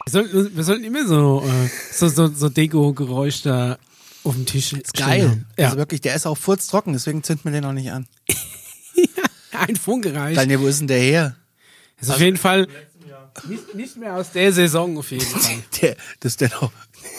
Wir sollten immer so Deko-Geräusch da auf dem Tisch. Ist geil. Ja. Also wirklich, der ist auch furztrocken, deswegen zünden wir den noch nicht an. Ein Funke reicht. Daniel, wo ist denn der her? Das ist auf jeden Fall nicht mehr aus der Saison auf jeden Fall. Das ist der noch.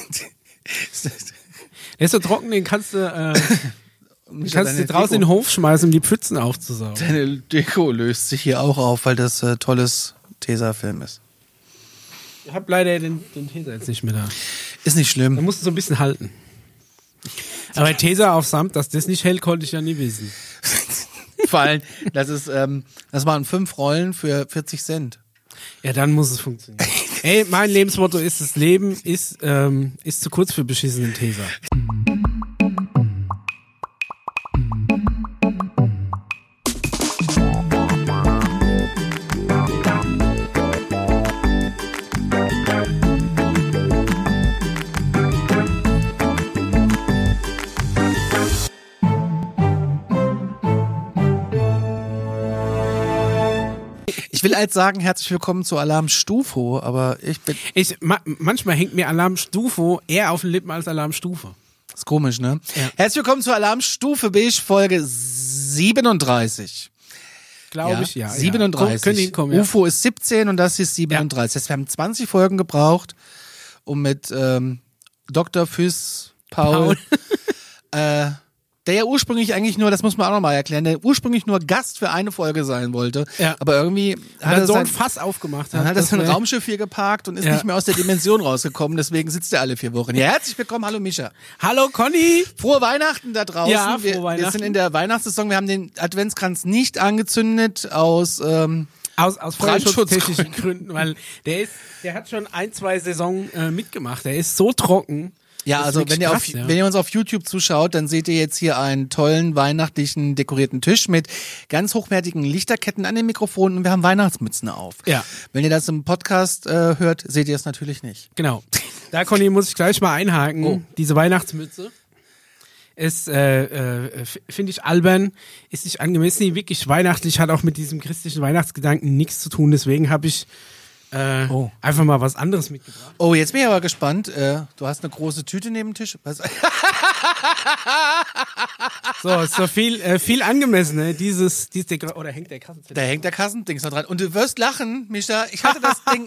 Der ist so trocken, den kannst du draußen in den Hof schmeißen, um die Pfützen aufzusaugen. Deine Deko löst sich hier auch auf, weil das tolles Tesafilm ist. Ich hab leider den Tesa jetzt nicht mehr da. Ist nicht schlimm. Da musst du so ein bisschen halten. Aber Tesa auf Samt, dass das nicht hält, konnte ich ja nie wissen. Vor allem, das waren 5 Rollen für 40 Cent. Ja, dann muss es funktionieren. Ey, mein Lebensmotto ist, das Leben ist zu kurz für beschissenen Tesa. Ich will halt sagen, herzlich willkommen zu Alarm Stufo, aber manchmal hängt mir Alarm Stufo eher auf den Lippen als Alarm Stufe. Ist komisch, ne? Ja. Herzlich willkommen zu Alarm Stufe Beige, Folge 37. Glaube ich, ja. 37. Können hinkommen, ja. UFO ist 17 und das ist 37. Ja. Das heißt, wir haben 20 Folgen gebraucht, um mit Dr. Füß Paul. Der ja ursprünglich eigentlich nur, das muss man auch nochmal erklären, der ursprünglich nur Gast für eine Folge sein wollte. Ja. Aber irgendwie hat er so ein Fass aufgemacht. Dann hat er sein Raumschiff hier geparkt und ist nicht mehr aus der Dimension rausgekommen. Deswegen sitzt er alle 4 Wochen. Ja, herzlich willkommen. Hallo Mischa. Hallo Conny. Frohe Weihnachten da draußen. Ja, frohe Weihnachten. Wir sind in der Weihnachtssaison. Wir haben den Adventskranz nicht angezündet aus brandschutztechnischen Gründen, weil der hat schon 1-2 Saison mitgemacht. Der ist so trocken. Ja, also wenn ihr uns auf YouTube zuschaut, dann seht ihr jetzt hier einen tollen weihnachtlichen dekorierten Tisch mit ganz hochwertigen Lichterketten an den Mikrofonen und wir haben Weihnachtsmützen auf. Ja. Wenn ihr das im Podcast hört, seht ihr es natürlich nicht. Genau. Da, Conny, muss ich gleich mal einhaken. Oh. Diese Weihnachtsmütze ist, finde ich albern, ist nicht angemessen, die wirklich weihnachtlich, hat auch mit diesem christlichen Weihnachtsgedanken nichts zu tun. Deswegen habe ich einfach mal was anderes mitgebracht. Oh, jetzt bin ich aber gespannt. Du hast eine große Tüte neben dem Tisch. Was? So, ist doch viel angemessener. Oder hängt der Kassenzettel? Da hängt der Kassendings noch dran. Und du wirst lachen, Mischa. Ich hatte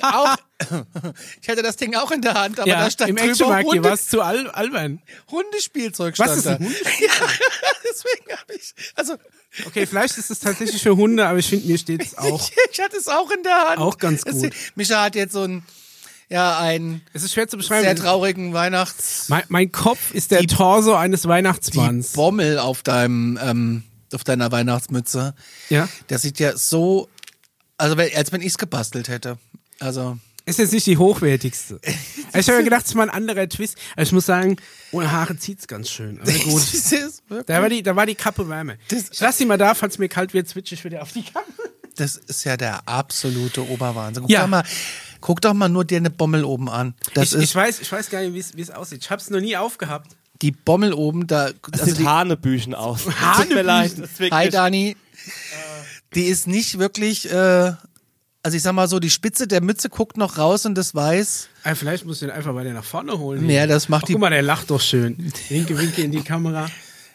das Ding auch in der Hand, aber da stand im Actionmarkt hier war es zu albern. Hundespielzeug stand da. Was ist ein Hundespielzeug? Ja, deswegen habe ich, okay, vielleicht ist es tatsächlich für Hunde, aber ich finde, mir steht es auch. Ich hatte es auch in der Hand. Auch ganz gut. Mischa hat jetzt so einen es ist schwer zu beschreiben. Sehr traurigen Mein Kopf ist der Torso eines Weihnachtsmanns. Die Bommel auf deiner Weihnachtsmütze. Ja. Das sieht ja so, als wenn ich es gebastelt hätte. Also. Ist jetzt nicht die hochwertigste. Ich habe mir gedacht, es ist mal ein anderer Twist. Aber ich muss sagen, ohne Haare zieht's ganz schön. Aber gut. Da war die Kappe wärmer. Ich lasse sie mal da, falls mir kalt wird, switche ich wieder auf die Kappe. Das ist ja der absolute Oberwahnsinn. Guck doch mal nur dir eine Bommel oben an. Ich weiß gar nicht, wie es aussieht. Ich habe es noch nie aufgehabt. Die Bommel oben, das sieht Hanebüchen aus. Tut mir leid. Hi Dani. Die ist nicht wirklich, also ich sag mal so, die Spitze der Mütze guckt noch raus und das weiß. Vielleicht muss ich den einfach weiter nach vorne holen. Ja, das macht Guck mal, der lacht doch schön. Winke in die Kamera.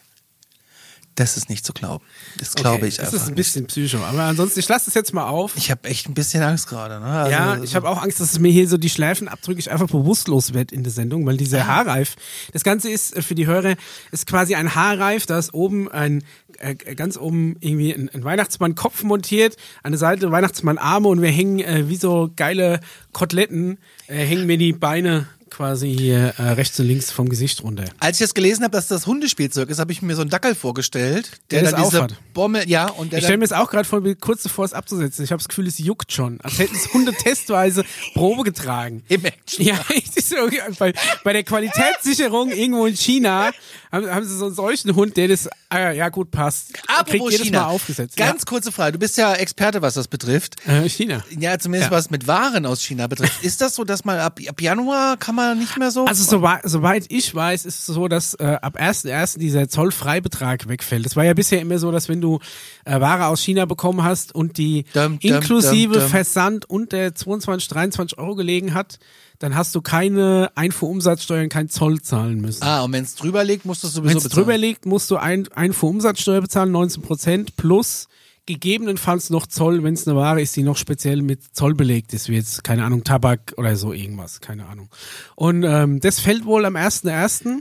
Das ist nicht zu glauben. Das glaube ich einfach. Das ist ein bisschen Psycho. Aber ansonsten, ich lasse es jetzt mal auf. Ich habe echt ein bisschen Angst gerade. Ne? Also, ich habe auch Angst, dass es mir hier so die Schläfen abdrücke, ich einfach bewusstlos werde in der Sendung, weil dieser Haarreif, das Ganze ist für die Hörer, ist quasi ein Haarreif, da ist oben ganz oben irgendwie ein Weihnachtsmann-Kopf montiert, an der Seite Weihnachtsmann-Arme und wir hängen wie so geile Koteletten, hängen mir die Beine quasi hier rechts und links vom Gesicht runter. Als ich das gelesen habe, dass das Hundespielzeug ist, habe ich mir so einen Dackel vorgestellt, der das dann diese aufhat. Bommel, und der ich stelle mir es auch gerade vor, kurz davor es abzusetzen. Ich habe das Gefühl, es juckt schon. Als hätten es Hunde testweise Probe getragen. Im Action. Ja, bei der Qualitätssicherung irgendwo in China haben sie so einen solchen Hund, der das, gut, passt. Apropos kriegt jedes China. Mal aufgesetzt. Ganz kurze Frage. Du bist ja Experte, was das betrifft. China. Ja, zumindest was mit Waren aus China betrifft. Ist das so, dass mal ab Januar kann mal nicht mehr so? Also soweit ich weiß, ist es so, dass ab 1.1. dieser Zollfreibetrag wegfällt. Das war ja bisher immer so, dass wenn du Ware aus China bekommen hast und die inklusive Versand unter 22, 23 Euro gelegen hat, dann hast du keine Einfuhrumsatzsteuer und keinen Zoll zahlen müssen. Und wenn es drüber liegt, musst du es sowieso bezahlen. Wenn es drüber liegt, musst du Einfuhrumsatzsteuer bezahlen, 19% plus gegebenenfalls noch Zoll, wenn es eine Ware ist, die noch speziell mit Zoll belegt ist, wie jetzt, keine Ahnung, Tabak oder so irgendwas, keine Ahnung. Und das fällt wohl am 1.1.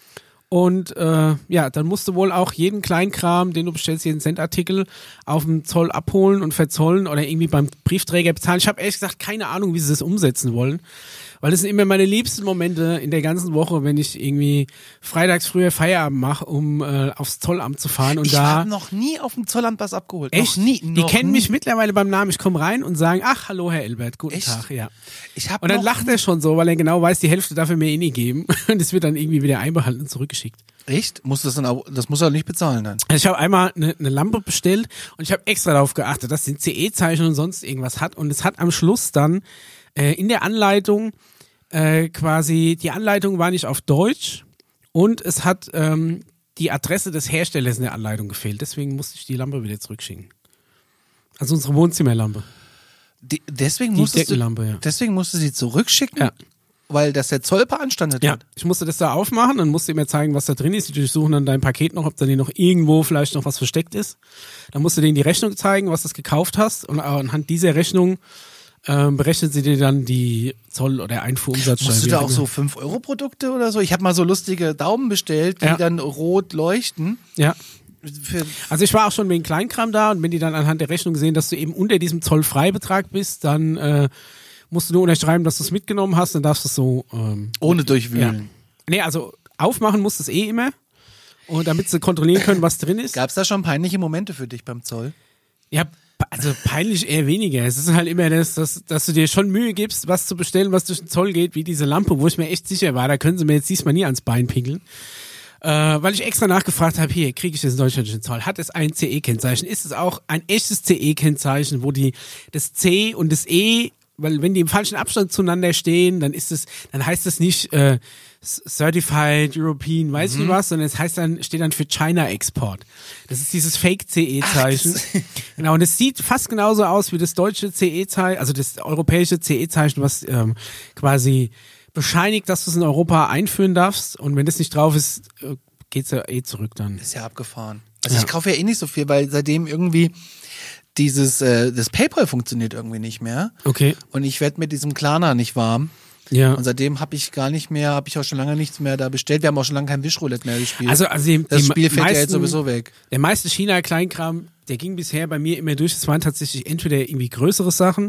Und dann musst du wohl auch jeden Kleinkram, den du bestellst, jeden Centartikel auf dem Zoll abholen und verzollen oder irgendwie beim Briefträger bezahlen. Ich habe ehrlich gesagt keine Ahnung, wie sie das umsetzen wollen. Weil das sind immer meine liebsten Momente in der ganzen Woche, wenn ich irgendwie freitags früher Feierabend mache, um aufs Zollamt zu fahren. Und ich habe noch nie auf dem Zollamt was abgeholt. Echt? Noch nie. Die kennen mich mittlerweile beim Namen. Ich komme rein und sagen, ach, hallo Herr Elbert, guten Tag. Ja. Und dann lacht er schon so, weil er genau weiß, die Hälfte darf er mir eh nie geben. Und es wird dann irgendwie wieder einbehalten und zurückgeschickt. Echt? Das muss er nicht bezahlen dann? Also ich habe einmal eine Lampe bestellt und ich habe extra darauf geachtet, dass sie ein CE-Zeichen und sonst irgendwas hat. Und es hat am Schluss dann in der Anleitung quasi, die Anleitung war nicht auf Deutsch und es hat die Adresse des Herstellers in der Anleitung gefehlt. Deswegen musste ich die Lampe wieder zurückschicken. Also unsere Wohnzimmerlampe. Deswegen musste sie zurückschicken? Ja. Weil das der Zoll beanstandet hat? Ja, ich musste das da aufmachen und musste immer zeigen, was da drin ist. Die durchsuchen dann dein Paket noch, ob da noch irgendwo vielleicht noch was versteckt ist. Dann musst du denen die Rechnung zeigen, was du gekauft hast und anhand dieser Rechnung berechnen sie dir dann die Zoll- oder Einfuhrumsatzsteuer. Musst du da auch so 5-Euro-Produkte oder so? Ich habe mal so lustige Daumen bestellt, die dann rot leuchten. Ja. Also ich war auch schon wegen Kleinkram da und wenn die dann anhand der Rechnung sehen, dass du eben unter diesem Zollfreibetrag bist, dann musst du nur unterschreiben, dass du es mitgenommen hast, dann darfst du es so ohne durchwühlen. Ja. Nee, also aufmachen musst du es eh immer. Und damit sie kontrollieren können, was drin ist. Gab es da schon peinliche Momente für dich beim Zoll? Ja, also peinlich eher weniger. Es ist halt immer das, dass du dir schon Mühe gibst, was zu bestellen, was durch den Zoll geht, wie diese Lampe, wo ich mir echt sicher war, da können sie mir jetzt diesmal nie ans Bein pinkeln. Weil ich extra nachgefragt habe, hier, kriege ich das in Deutschland durch den Zoll? Hat es ein CE-Kennzeichen? Ist es auch ein echtes CE-Kennzeichen, wo das C und das E, weil wenn die im falschen Abstand zueinander stehen, dann heißt es nicht Certified European, weiß ich was, sondern steht dann für China Export. Das ist dieses Fake-CE-Zeichen. Genau, und es sieht fast genauso aus wie das deutsche CE-Zeichen, also das europäische CE-Zeichen, was quasi bescheinigt, dass du es in Europa einführen darfst. Und wenn das nicht drauf ist, geht's ja eh zurück dann. Ist ja abgefahren. Also ich kaufe ja eh nicht so viel, weil seitdem irgendwie das PayPal funktioniert irgendwie nicht mehr. Okay. Und ich werde mit diesem Klarna nicht warm. Ja. Und seitdem habe ich auch schon lange nichts mehr da bestellt. Wir haben auch schon lange kein Wischroulette mehr gespielt. Also das Spiel fällt ja jetzt sowieso weg. Der meiste China-Kleinkram, der ging bisher bei mir immer durch. Es waren tatsächlich entweder irgendwie größere Sachen,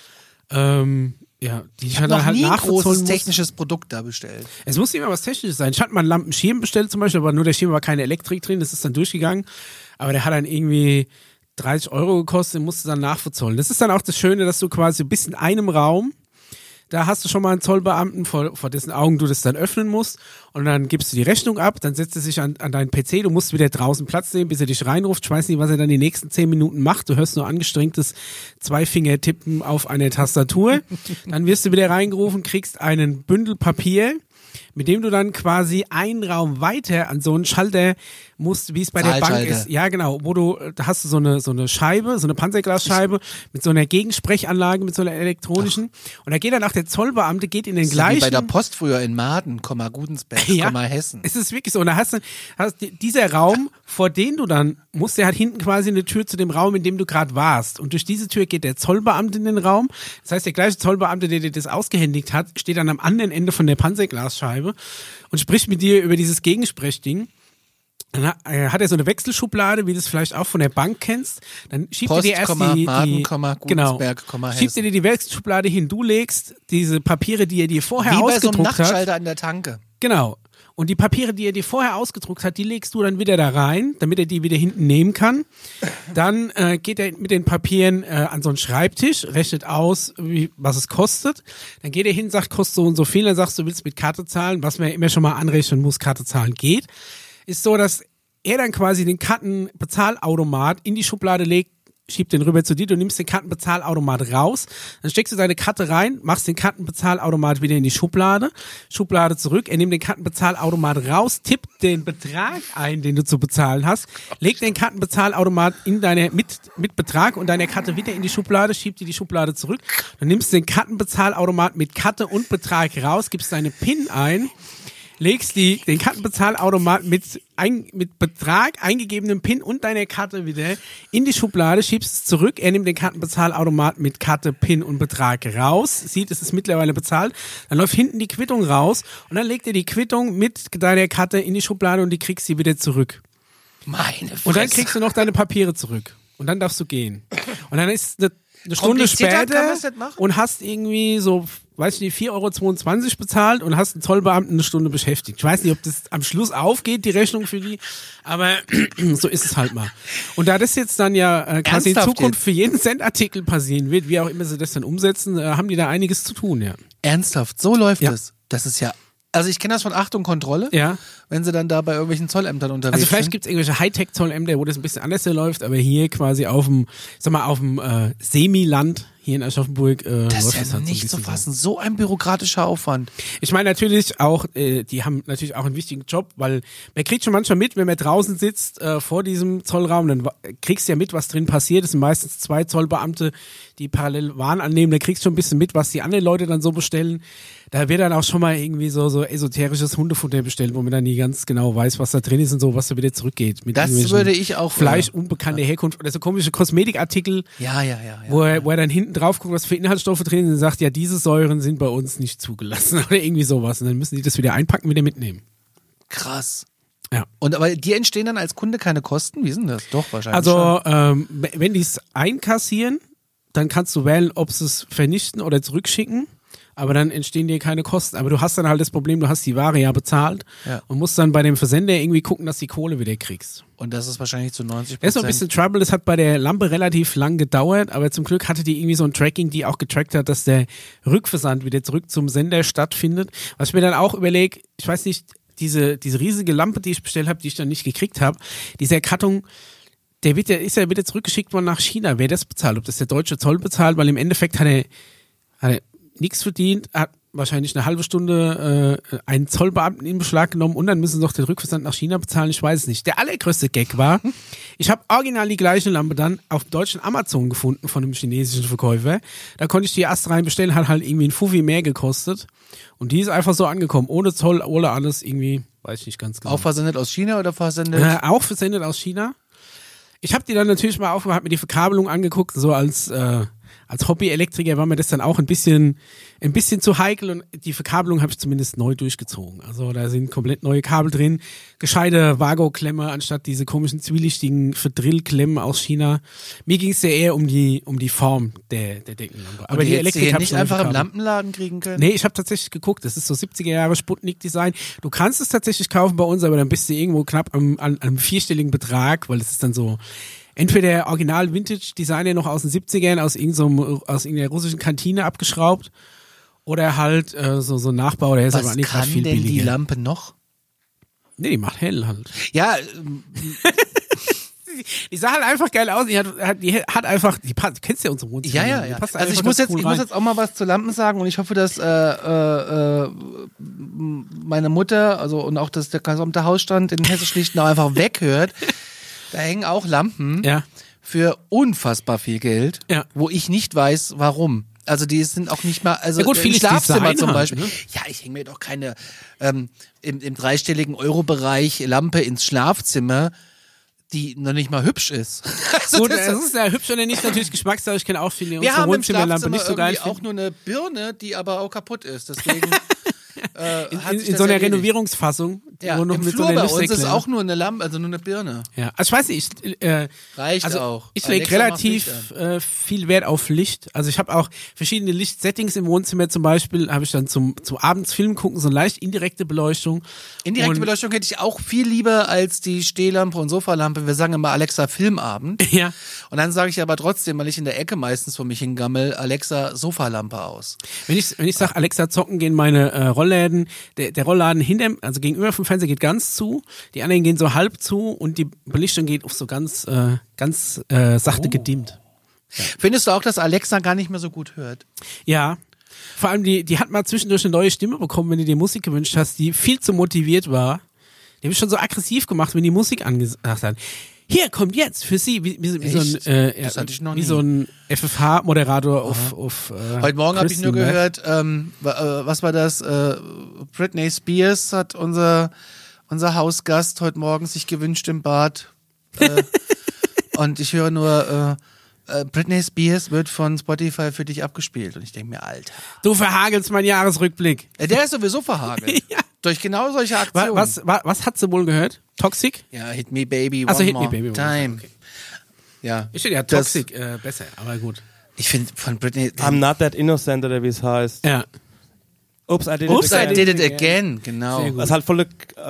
die ich habe noch nie ein großes technisches Produkt da bestellt. Es muss immer was Technisches sein. Ich hatte mal einen Lampenschirm bestellt zum Beispiel, aber nur der Schirm war keine Elektrik drin. Das ist dann durchgegangen. Aber der hat dann irgendwie 30 Euro gekostet, den musst du dann nachverzollen. Das ist dann auch das Schöne, dass du quasi bist in einem Raum. Da hast du schon mal einen Zollbeamten, vor dessen Augen du das dann öffnen musst. Und dann gibst du die Rechnung ab, dann setzt er sich an deinen PC, du musst wieder draußen Platz nehmen, bis er dich reinruft. Ich weiß nicht, was er dann die nächsten 10 Minuten macht. Du hörst nur angestrengtes Zweifingertippen auf einer Tastatur. Dann wirst du wieder reingerufen, kriegst einen Bündel Papier, mit dem du dann quasi einen Raum weiter an so einen Schalter musst, wie es bei der Bank ist. Ja, genau, da hast du so eine Scheibe, so eine Panzerglasscheibe mit so einer Gegensprechanlage, mit so einer elektronischen. Ach. Und da geht dann auch der Zollbeamte, geht in den gleichen. Wie bei der Post früher in Maden, Gudensberg, Hessen. Es ist wirklich so. Und da hast dieser Raum, vor den du dann musst, der hat hinten quasi eine Tür zu dem Raum, in dem du gerade warst. Und durch diese Tür geht der Zollbeamte in den Raum. Das heißt, der gleiche Zollbeamte, der dir das ausgehändigt hat, steht dann am anderen Ende von der Panzerglasscheibe und spricht mit dir über dieses Gegensprechding. Dann hat er so eine Wechselschublade, wie du es vielleicht auch von der Bank kennst. Dann schiebt er dir erst schiebt er dir die Wechselschublade hin. Du legst diese Papiere, die er dir vorher ausgedruckt hat. Wie bei so einem Nachtschalter an der Tanke. Genau. Und die Papiere, die er dir vorher ausgedruckt hat, die legst du dann wieder da rein, damit er die wieder hinten nehmen kann. Dann geht er mit den Papieren an so einen Schreibtisch, rechnet aus, was es kostet. Dann geht er hin, sagt, kostet so und so viel. Dann sagst du, willst mit Karte zahlen, was man ja immer schon mal anrechnen muss, Karte zahlen geht. Ist so, dass er dann quasi den Kartenbezahlautomat in die Schublade legt, schiebt den rüber zu dir, du nimmst den Kartenbezahlautomat raus, dann steckst du deine Karte rein, machst den Kartenbezahlautomat wieder in die Schublade zurück, er nimmt den Kartenbezahlautomat raus, tippt den Betrag ein, den du zu bezahlen hast, legt den Kartenbezahlautomat in mit Betrag und deine Karte wieder in die Schublade, schiebt die Schublade zurück, dann nimmst du den Kartenbezahlautomat mit Karte und Betrag raus, gibst deine PIN ein, legst den Kartenbezahlautomat mit Betrag, eingegebenem PIN und deiner Karte wieder in die Schublade, schiebst es zurück, er nimmt den Kartenbezahlautomat mit Karte, PIN und Betrag raus, sieht, es ist mittlerweile bezahlt, dann läuft hinten die Quittung raus und dann legt er die Quittung mit deiner Karte in die Schublade und die kriegst sie wieder zurück. Meine Fresse. Und dann kriegst du noch deine Papiere zurück und dann darfst du gehen. Und dann ist eine Stunde später und hast irgendwie so, weiß ich nicht, 4,22 € bezahlt und hast einen Zollbeamten eine Stunde beschäftigt. Ich weiß nicht, ob das am Schluss aufgeht, die Rechnung für die, aber so ist es halt mal. Und da das jetzt dann ja quasi in Zukunft für jeden Centartikel passieren wird, wie auch immer sie das dann umsetzen, haben die da einiges zu tun, ja. Ernsthaft, so läuft es. Das ist ja, also ich kenne das von Achtung Kontrolle, wenn sie dann da bei irgendwelchen Zollämtern unterwegs sind. Also vielleicht gibt es irgendwelche Hightech-Zollämter, wo das ein bisschen anders läuft, aber hier quasi auf dem Semiland hier in Aschaffenburg das ist ja das halt nicht zu fassen, so ein bürokratischer Aufwand. Ich meine natürlich auch, die haben natürlich auch einen wichtigen Job, weil man kriegt schon manchmal mit, wenn man draußen sitzt vor diesem Zollraum, dann kriegst du ja mit, was drin passiert. Es sind meistens 2 Zollbeamte, die parallel Waren annehmen, da kriegst du schon ein bisschen mit, was die anderen Leute dann so bestellen. Da wird dann auch schon mal irgendwie so esoterisches Hundefutter bestellt, wo man dann nie ganz genau weiß, was da drin ist und so, was da wieder zurückgeht. Mit das würde ich auch. Fleisch, unbekannte Herkunft oder so komische Kosmetikartikel. Ja. Wo er dann hinten drauf guckt, was für Inhaltsstoffe drin sind und sagt, ja, diese Säuren sind bei uns nicht zugelassen oder irgendwie sowas. Und dann müssen die das wieder einpacken, wieder mitnehmen. Krass. Ja. Und aber die entstehen dann als Kunde keine Kosten? Wie sind das? Doch, wahrscheinlich. Also, wenn die es einkassieren, dann kannst du wählen, ob sie es vernichten oder zurückschicken. Aber dann entstehen dir keine Kosten. Aber du hast dann halt das Problem, du hast die Ware ja bezahlt und musst dann bei dem Versender irgendwie gucken, dass du die Kohle wieder kriegst. Und das ist wahrscheinlich zu 90%. Das ist so ein bisschen Trouble, das hat bei der Lampe relativ lang gedauert, aber zum Glück hatte die irgendwie so ein Tracking, die auch getrackt hat, dass der Rückversand wieder zurück zum Sender stattfindet. Was ich mir dann auch überlege, ich weiß nicht, diese riesige Lampe, die ich bestellt habe, die ich dann nicht gekriegt habe, dieser Karton, ist ja wieder zurückgeschickt worden nach China. Wer das bezahlt? Ob das der deutsche Zoll bezahlt? Weil im Endeffekt hat er nichts verdient, hat wahrscheinlich eine halbe Stunde einen Zollbeamten in Beschlag genommen und dann müssen sie noch den Rückversand nach China bezahlen, ich weiß es nicht. Der allergrößte Gag war, ich habe original die gleiche Lampe dann auf dem deutschen Amazon gefunden von einem chinesischen Verkäufer. Da konnte ich die erst rein bestellen, hat halt irgendwie ein Fuffi mehr gekostet und die ist einfach so angekommen, ohne Zoll, ohne alles irgendwie, weiß ich nicht ganz genau. Auch versendet aus China oder versendet? Auch versendet aus China. Ich habe die dann natürlich mal aufgemacht, hab mir die Verkabelung angeguckt, so als Hobby-Elektriker war mir das dann auch ein bisschen zu heikel und die Verkabelung habe ich zumindest neu durchgezogen. Also da sind komplett neue Kabel drin, gescheite Vago-Klemme anstatt diese komischen zwielichtigen Verdrillklemmen aus China. Mir ging es ja eher um die Form der Deckenlampe. Aber die Elektrik habe ich nicht einfach im Lampenladen kriegen können? Nee, ich habe tatsächlich geguckt, das ist so 70er Jahre Sputnik-Design. Du kannst es tatsächlich kaufen bei uns, aber dann bist du irgendwo knapp an einem 4-stelligen Betrag, weil es ist dann so entweder der Original-Vintage-Designer noch aus den 70ern, aus irgendeiner russischen Kantine abgeschraubt oder halt so ein Nachbau, der ist aber nicht viel billiger. Was kann denn die Lampe noch? Nee, die macht hell halt. Ja, die sah halt einfach geil aus. Die hat einfach, die passt, kennst ja unsere Wohnzimmer. Ja. Also ich muss jetzt auch mal was zu Lampen sagen und ich hoffe, dass meine Mutter, also und auch dass der gesamte Hausstand in Hessisch-Lichtenau einfach weghört. Da hängen auch Lampen für unfassbar viel Geld, wo ich nicht weiß, warum. Also die sind auch nicht mal, also gut, im Schlafzimmer zum Beispiel. Ne? Ja, ich hänge mir doch keine im dreistelligen Euro-Bereich Lampe ins Schlafzimmer, die noch nicht mal hübsch ist. Also gut, das ist ja hübsch oder nicht, natürlich Geschmackssache. Ich kenne auch viele wir haben im Wohnzimmerlampe Schlafzimmer nicht so geil. Auch nur eine Birne, die aber auch kaputt ist. Deswegen in so einer Renovierungsfassung. Ja, wo noch im mit Flur so einer bei uns ist Lichtsäckle, auch nur eine Lampe, also nur eine Birne. Ja, also ich weiß nicht, reicht also auch. Ich lege relativ viel Wert auf Licht. Also ich habe auch verschiedene Lichtsettings im Wohnzimmer zum Beispiel, habe ich dann zum abends Film gucken, so leicht indirekte Beleuchtung. Indirekte Beleuchtung hätte ich auch viel lieber als die Stehlampe und Sofalampe. Wir sagen immer Alexa Filmabend. Ja. Und dann sage ich aber trotzdem, weil ich in der Ecke meistens vor mich hingammel, Alexa Sofalampe aus. Wenn ich sage Alexa zocken, gehen meine Rollläden, der Rollladen also gegenüber vom Fernseher geht ganz zu, die anderen gehen so halb zu und die Belichtung geht auf so ganz sachte gedimmt. Findest du auch, dass Alexa gar nicht mehr so gut hört? Ja. Vor allem, die hat mal zwischendurch eine neue Stimme bekommen, wenn du dir Musik gewünscht hast, die viel zu motiviert war. Die habe ich schon so aggressiv gemacht, wenn die Musik angesagt hat. Hier, kommt jetzt für Sie, wie so ein FFH-Moderator auf Heute Morgen habe ich nur gehört, was war das? Britney Spears hat unser Hausgast heute Morgen sich gewünscht im Bad. Und ich höre nur, Britney Spears wird von Spotify für dich abgespielt. Und ich denke mir, Alter. Du verhagelst meinen Jahresrückblick. Der ist sowieso verhagelt. Ja. Durch genau solche Aktionen. Was hat sie wohl gehört? Toxic? Ja, Hit Me Baby Also One Hit Me More Baby One Time. More. Okay. Ja. Ich finde ja Toxic besser, aber gut. Ich finde von Britney... I'm not that innocent, oder wie es heißt. Ja. Oops, I did Oops, it again. I did it again. Genau. Sehr gut. Es ist halt voll,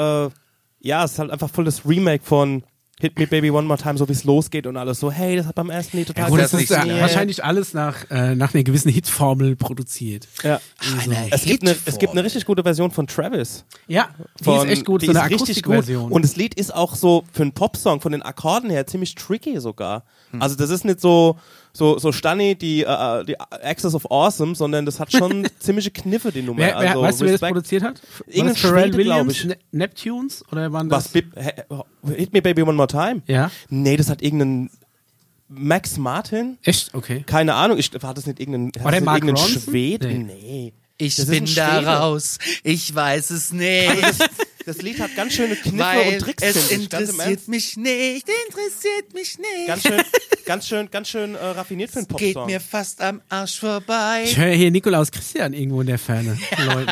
es ist halt einfach voll das Remake von Hit Me Baby One More Time, so wie es losgeht und alles so, hey, das hat beim ersten Lied total Ja, gut, das das ist nicht so. wahrscheinlich alles nach einer gewissen Hitformel produziert. Ja. Es gibt eine richtig gute Version von Travis. Ja, die ist echt gut, die so eine ist richtig gut. Akustikversion. Und das Lied ist auch so für einen Popsong von den Akkorden her ziemlich tricky sogar. Also das ist nicht so Stanni, die Axis of Awesome, sondern das hat schon ziemliche Kniffe, die Nummer. Also, weißt du, wer das Respect. produziert hat? Irgendein Pharrell Schwede, glaub Williams, ich. Neptunes? Oder waren das? Hit Me Baby One More Time? Ja. Nee, das hat irgendein Max Martin? Echt? Okay. Keine Ahnung, war das nicht irgendein, War der Mark Ronson? Schweden? Nee. Ich Das ist bin ein da Schwede. raus. Ich weiß es nicht. Das Lied hat ganz schöne Kniffe Weil und Tricks, es finde ich. Ganz im interessiert Ernst. mich nicht. Interessiert mich nicht. Ganz schön raffiniert für einen Geht Popsong. mir fast am Arsch vorbei. Ich höre hier Nikolaus Christian irgendwo in der Ferne. Leute.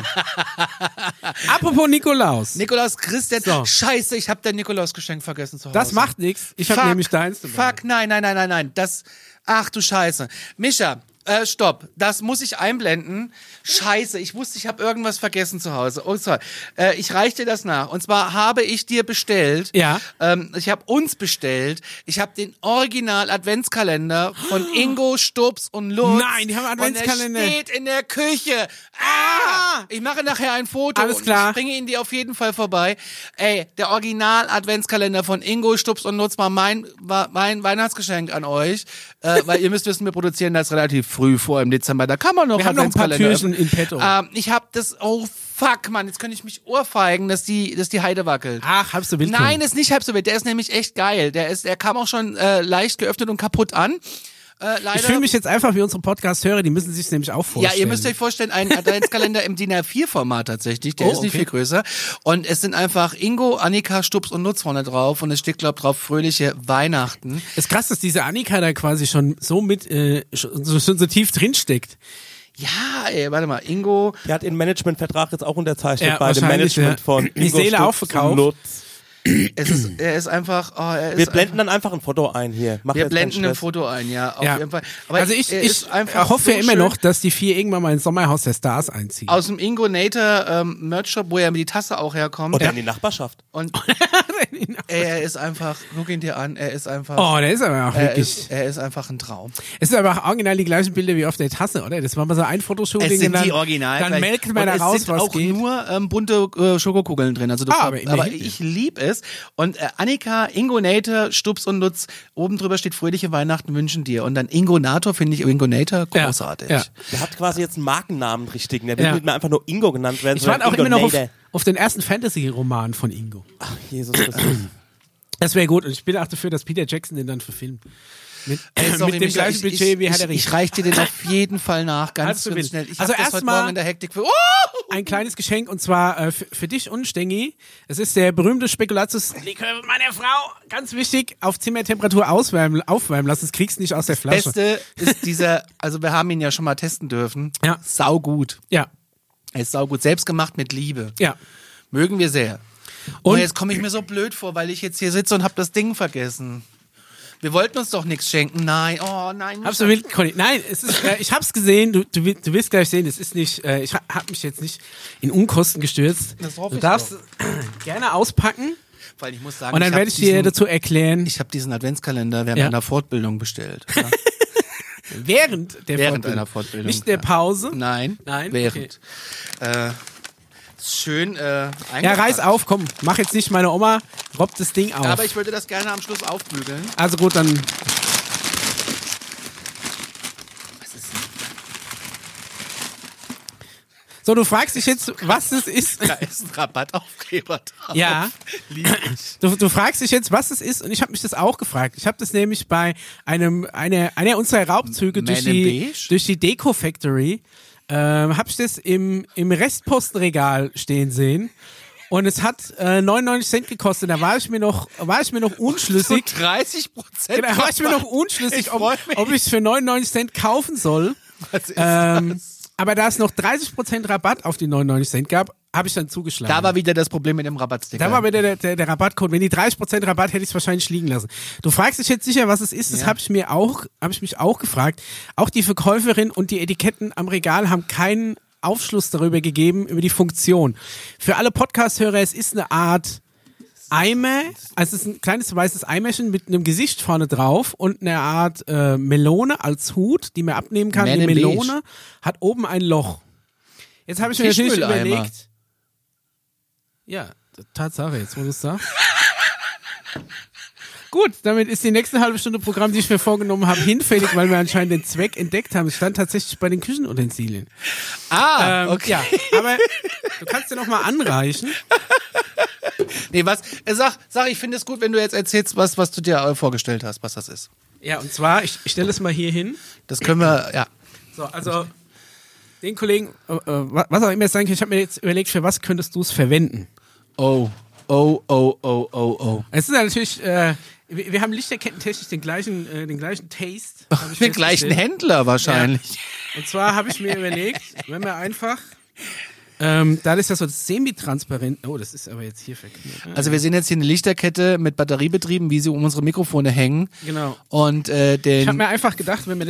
Apropos Nikolaus. Nikolaus Christian. So. Scheiße, ich habe dein Nikolausgeschenk vergessen zu Hause. Das macht nichts. Ich habe nämlich deins dabei. Fuck, nein. Ach du Scheiße. Mischa, stopp. Das muss ich einblenden. Scheiße, ich wusste, ich habe irgendwas vergessen zu Hause. Und zwar, ich reiche dir das nach. Und zwar habe ich dir bestellt. Ja. Ich habe uns bestellt. Ich habe den Original-Adventskalender von Ingo, Stubbs und Lutz. Nein, die haben einen Adventskalender. Und der steht in der Küche. Ah! Ich mache nachher ein Foto. Alles und klar. Ich bringe ihn dir auf jeden Fall vorbei. Ey, der Original-Adventskalender von Ingo, Stubbs und Lutz war mein Weihnachtsgeschenk an euch. Weil ihr müsst wissen, wir produzieren das relativ früh vor im Dezember. Da kann man noch Wir haben noch ein paar Adventskalender Türchen in petto. ich habe das, oh fuck, Mann, jetzt könnte ich mich ohrfeigen, dass die Heide wackelt. Ach, halb so wild. Nein, ist nicht halb so wild, der ist nämlich echt geil. Der kam auch schon leicht geöffnet und kaputt an. Leider. Ich fühle mich jetzt einfach wie unsere Podcast-Hörer, die müssen sich nämlich auch vorstellen. Ja, ihr müsst euch vorstellen, ein Adventskalender im DIN A4-Format tatsächlich, der ist nicht viel größer. Und es sind einfach Ingo, Annika, Stubbs und Lutz vorne drauf und es steht, glaub drauf, fröhliche Weihnachten. Es ist krass, dass diese Annika da quasi schon so schon so tief drin steckt. Ja, ey, warte mal, Ingo. Der hat ihren Managementvertrag jetzt auch unterzeichnet Ja, bei dem wahrscheinlich, Management ja. von Die Ingo, Seele Stubbs aufverkauft. und Lutz. Er ist einfach, Wir blenden dann einfach ein Foto ein hier. Mach wir jetzt keinen blenden ein Stress. Foto ein, ja, auf Ja. jeden Fall. Aber Also ich er ist einfach hoffe ja so immer schön. noch, dass die 4 irgendwann mal ins Sommerhaus der Stars einziehen. Aus dem Ingo Nater Merch-Shop, wo ja die Tasse auch herkommt. Oder in die Nachbarschaft. Und er ist einfach, guck ihn dir an, er ist einfach, Oh, der ist aber auch wirklich. er ist einfach ein Traum. Es sind aber auch original die gleichen Bilder wie auf der Tasse, oder? Das war mal so ein Fotoshooting. Es sind und dann, die Original. Dann melkt man da und raus, es sind was auch geht. nur bunte Schokokugeln drin. Also aber immerhin. ich lieb es. Und Annika, Ingo Nater, Stubbs und Lutz, oben drüber steht fröhliche Weihnachten wünschen dir. Und dann Ingo Nator finde ich Ingo Nator großartig. Ja. Der hat quasi jetzt einen Markennamen richtigen. Der will Ja. nicht mehr einfach nur Ingo genannt werden, Ich warte auch Ingo immer noch Nader. auf den ersten Fantasy-Roman von Ingo. Ach, Jesus Christus. Das wäre gut und ich bin auch dafür, dass Peter Jackson den dann verfilmt. Mit Sorry, dem Micha, gleichen Budget wie Herr der ich Ringe. reich dir den auf jeden Fall nach, ganz, Halb so ganz wild. schnell. Ich Also hab das heute erstmal- Morgen in der Hektik für... Ein kleines Geschenk und zwar für dich und Stengi. Es ist der berühmte Spekulatius-Likör meiner Frau. Ganz wichtig, auf Zimmertemperatur aufwärmen lassen. Das kriegst du nicht aus der Flasche. Beste ist dieser, also wir haben ihn ja schon mal testen dürfen. Ja. Saugut. Ja, Er ist saugut. Selbst gemacht mit Liebe. ja. Mögen wir sehr. Und- Und jetzt komme ich mir so blöd vor, weil ich jetzt hier sitze und habe das Ding vergessen. Wir wollten uns doch nichts schenken. Nein, oh nein. Habst du wild, Conny? Nein, es ist, ich hab's gesehen, du wirst gleich sehen, es ist nicht, ich hab mich jetzt nicht in Unkosten gestürzt. Das hoffe Du ich darfst gerne auspacken Weil ich muss sagen, und dann werde ich dir dazu erklären, Ich habe diesen Adventskalender während Ja. einer Fortbildung bestellt. Ja. während Während einer Fortbildung. Nicht der Pause. Nein, Nein, während. Schön Ja, eingepackt. reiß auf, komm, mach jetzt nicht, meine Oma robbt das Ding auf. Aber ich würde das gerne am Schluss aufbügeln. Also gut, dann... Was ist denn? So, du fragst dich jetzt, was es ist. Da ist ein Rabattaufkleber drauf. Ja. Lieb ich. Du fragst dich jetzt, was es ist, und ich habe mich das auch gefragt. Ich habe das nämlich bei einer unserer Raubzüge Man durch in die Beige? Deko Factory, habe ich das im Restpostenregal stehen sehen. Und es hat 99 Cent gekostet. Da war ich mir noch unschlüssig. So 30%. Da war ich mir noch unschlüssig, Ich freu mich. ob ich es für 99 Cent kaufen soll. Was ist das? Aber da es noch 30% Rabatt auf die 99 Cent gab, habe ich dann zugeschlagen. Da war wieder das Problem mit dem Rabattsticker. Da war wieder der Rabattcode. Wenn die 30% Rabatt, hätte ich es wahrscheinlich liegen lassen. Du fragst dich jetzt sicher, was es ist. Das habe ich mich auch gefragt. Auch die Verkäuferin und die Etiketten am Regal haben keinen Aufschluss darüber gegeben, über die Funktion. Für alle Podcast-Hörer, es ist eine Art Eimer, also es ist ein kleines weißes Eimerchen mit einem Gesicht vorne drauf und eine Art Melone als Hut, die man abnehmen kann. Man Die in Melone hat oben ein Loch. Jetzt habe ich mir natürlich Tischmülleimer. überlegt, ja, Tatsache, jetzt wo du es sagst. Gut, damit ist die nächste halbe Stunde Programm, die ich mir vorgenommen habe, hinfällig, weil wir anscheinend den Zweck entdeckt haben. Es stand tatsächlich bei den Küchenutensilien. Okay. Ja, aber du kannst dir noch mal anreichen. Nee, was? Sag, ich finde es gut, wenn du jetzt erzählst, was du dir vorgestellt hast, was das ist. Ja, und zwar, ich stelle es mal hier hin. Das können wir, ja. So, also den Kollegen, was auch immer es sein kann, ich habe mir jetzt überlegt, für was könntest du es verwenden? Oh. Es ist ja natürlich, wir haben lichterkettentechnisch den gleichen Taste. hab ich Den gleichen festgestellt. Händler wahrscheinlich. Und zwar habe ich mir überlegt, wenn wir einfach, da ist ja so semi-transparent, oh, das ist aber jetzt hier verknüpft. Also wir sehen jetzt hier eine Lichterkette mit Batteriebetrieben, wie sie um unsere Mikrofone hängen. Genau. Und Ich habe mir einfach gedacht, wenn man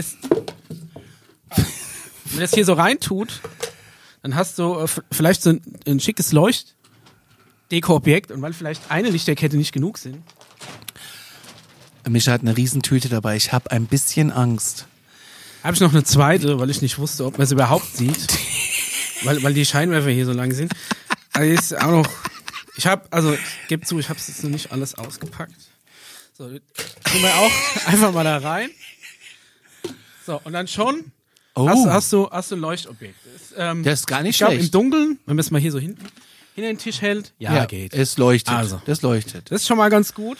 das hier so reintut, dann hast du vielleicht so ein schickes Leucht-Deko-Objekt, und weil vielleicht eine Lichterkette nicht genug sind. Mischa hat eine Riesentüte dabei. Ich habe ein bisschen Angst. Habe ich noch eine zweite, weil ich nicht wusste, ob man es überhaupt sieht. weil die Scheinwerfer hier so lang sind. Also ist auch noch. Ich gebe zu, ich habe es jetzt noch nicht alles ausgepackt. So, tun wir auch einfach mal da rein. So, und dann schon hast du ein Leuchtobjekt. Das ist gar nicht Ich glaube, im schlecht. Dunkeln, wenn man es mal hier so hinten hinter den Tisch hält, geht. Es leuchtet. Also. Das leuchtet. Das ist schon mal ganz gut.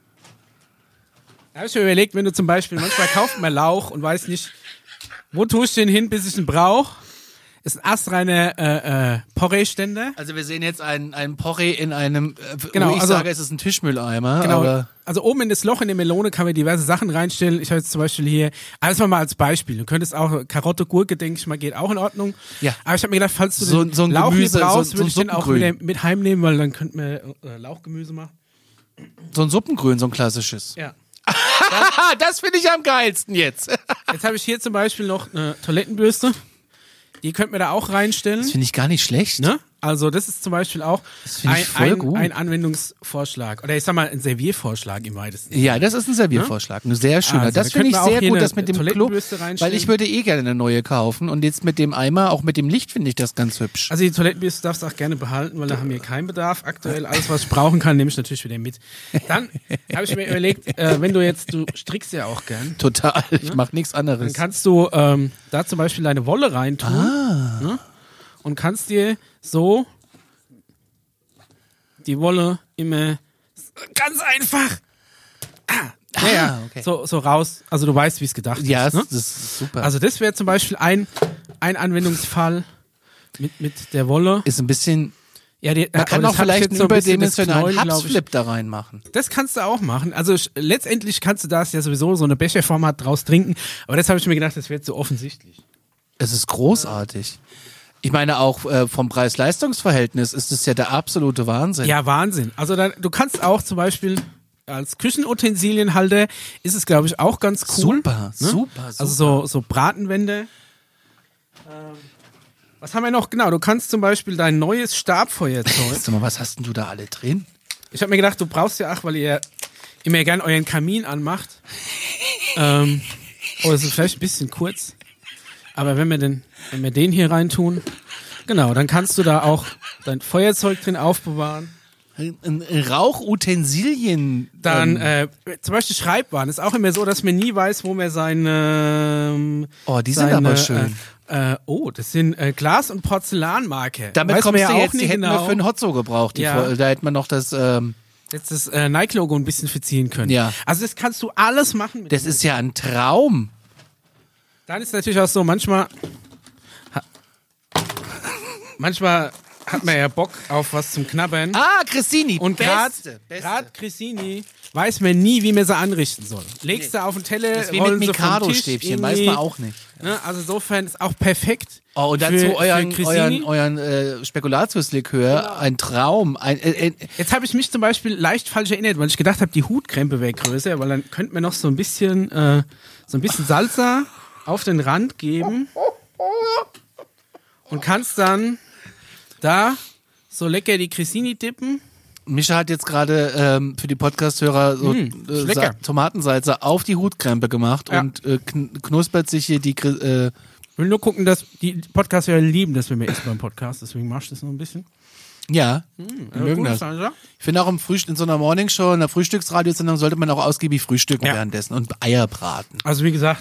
Da habe ich mir überlegt, wenn du zum Beispiel, manchmal kauft man Lauch und weiß nicht, wo tue ich den hin, bis ich ihn brauche. Ist ein astreiner Porree-Ständer. Also wir sehen jetzt einen Porree in einem, Genau, wo ich also- sage, es ist ein Tischmülleimer. Genau. Aber Also oben in das Loch in der Melone kann man diverse Sachen reinstellen. Ich habe jetzt zum Beispiel hier, einfach mal als Beispiel. Du könntest auch Karotte, Gurke, denke ich mal, geht auch in Ordnung. Ja. Aber ich habe mir gedacht, falls du So den ein Lauch Gemüse, nicht brauchst, so würde ich den auch Suppengrün. wieder mit heimnehmen, weil dann könnten wir Lauchgemüse machen. so ein Suppengrün, so ein klassisches. Ja. Das finde ich am geilsten jetzt. Jetzt habe ich hier zum Beispiel noch eine Toilettenbürste. Die könnten wir da auch reinstellen. Das finde ich gar nicht schlecht. Ne? Also das ist zum Beispiel auch finde ich voll gut. ein Anwendungsvorschlag. Oder ich sag mal, ein Serviervorschlag im weitesten Sinne. Ja, das ist ein Serviervorschlag. Ein sehr schöner. Also, das da finde ich könnten wir auch sehr hier gut, eine das mit dem Klo. Toilettenbürste reinstellen. Weil ich würde gerne eine neue kaufen. Und jetzt mit dem Eimer, auch mit dem Licht, finde ich das ganz hübsch. Also die Toilettenbürste darfst du auch gerne behalten, weil da haben wir keinen Bedarf. Aktuell alles, was ich brauchen kann, nehme ich natürlich wieder mit. Dann habe ich mir überlegt, wenn du strickst ja auch gern, Total. Ich mache nichts dann anderes. kannst du da zum Beispiel deine Wolle reintun. Ne? Und kannst dir so die Wolle immer ganz einfach Okay. so raus. Also du weißt, wie es gedacht Ja, ist. Ne? das ist super. Also das wäre zum Beispiel ein Anwendungsfall mit der Wolle. ist ein bisschen. Ja, Man kann aber auch das hat vielleicht jetzt einen so ein bisschen das überdimensionalen Knäuel, glaub ich. Hubsflip da reinmachen. Das kannst du auch machen. Also letztendlich kannst du das ja sowieso so eine Becherformat draus trinken. Aber das habe ich mir gedacht, das wird so offensichtlich. Es ist großartig. Ich meine, auch vom Preis-Leistungs-Verhältnis ist es ja der absolute Wahnsinn. Ja, Wahnsinn. Also du kannst auch zum Beispiel als Küchenutensilienhalter ist es, glaube ich, auch ganz cool. Super, ne? super. Also so Bratenwände. Was haben wir noch? Genau, du kannst zum Beispiel dein neues Stabfeuerzeug. Sag mal, was hast denn du da alle drin? Ich habe mir gedacht, du brauchst ja auch, weil ihr immer gern euren Kamin anmacht. Das ist vielleicht ein bisschen kurz. Aber wenn wir den hier reintun, genau, dann kannst du da auch dein Feuerzeug drin aufbewahren. Ein Rauchutensilien. Dann zum Beispiel Schreibwaren. Ist auch immer so, dass man nie weiß, wo man seine die sind aber schön. Das sind Glas- und Porzellanmarke. Damit weiß kommst man du ja jetzt, auch nicht die hätten wir genau. für ein Hotzo gebraucht. Ja. Da hätte man noch das... Jetzt das Nike-Logo ein bisschen verziehen können. Ja. Also das kannst du alles machen. Mit das ist ja ein Traum. Dann ist natürlich auch so, manchmal hat man ja Bock auf was zum Knabbern. Cressini. Und gerade Cressini weiß man nie, wie man sie anrichten soll. Legst du auf den Teller, Das ist wie rollen mit sie vom Tisch Mikado-Stäbchen, weiß irgendwie. man auch nicht. Ne? Also insofern ist auch perfekt. Oh, und dazu für euren Cressini. Spekulatiuslikör, Genau. ein Traum. Jetzt habe ich mich zum Beispiel leicht falsch erinnert, weil ich gedacht habe, die Hutkrempe wäre größer, weil dann könnte man noch so ein bisschen Salsa auf den Rand geben und kannst dann da so lecker die Cressini dippen. Mischa hat jetzt gerade für die Podcast-Hörer so lecker. Tomatensalze auf die Hutkrempe gemacht Ja. und knuspert sich hier die... Ich will nur gucken, dass die Podcast-Hörer lieben, dass wir mehr essen beim Podcast, deswegen machst du das noch ein bisschen. Ja, wir mögen gut, das. Salsa. Ich finde auch in so einer Morningshow, in einer Frühstücksradiosendung sollte man auch ausgiebig frühstücken Ja. währenddessen und Eier braten. Also wie gesagt,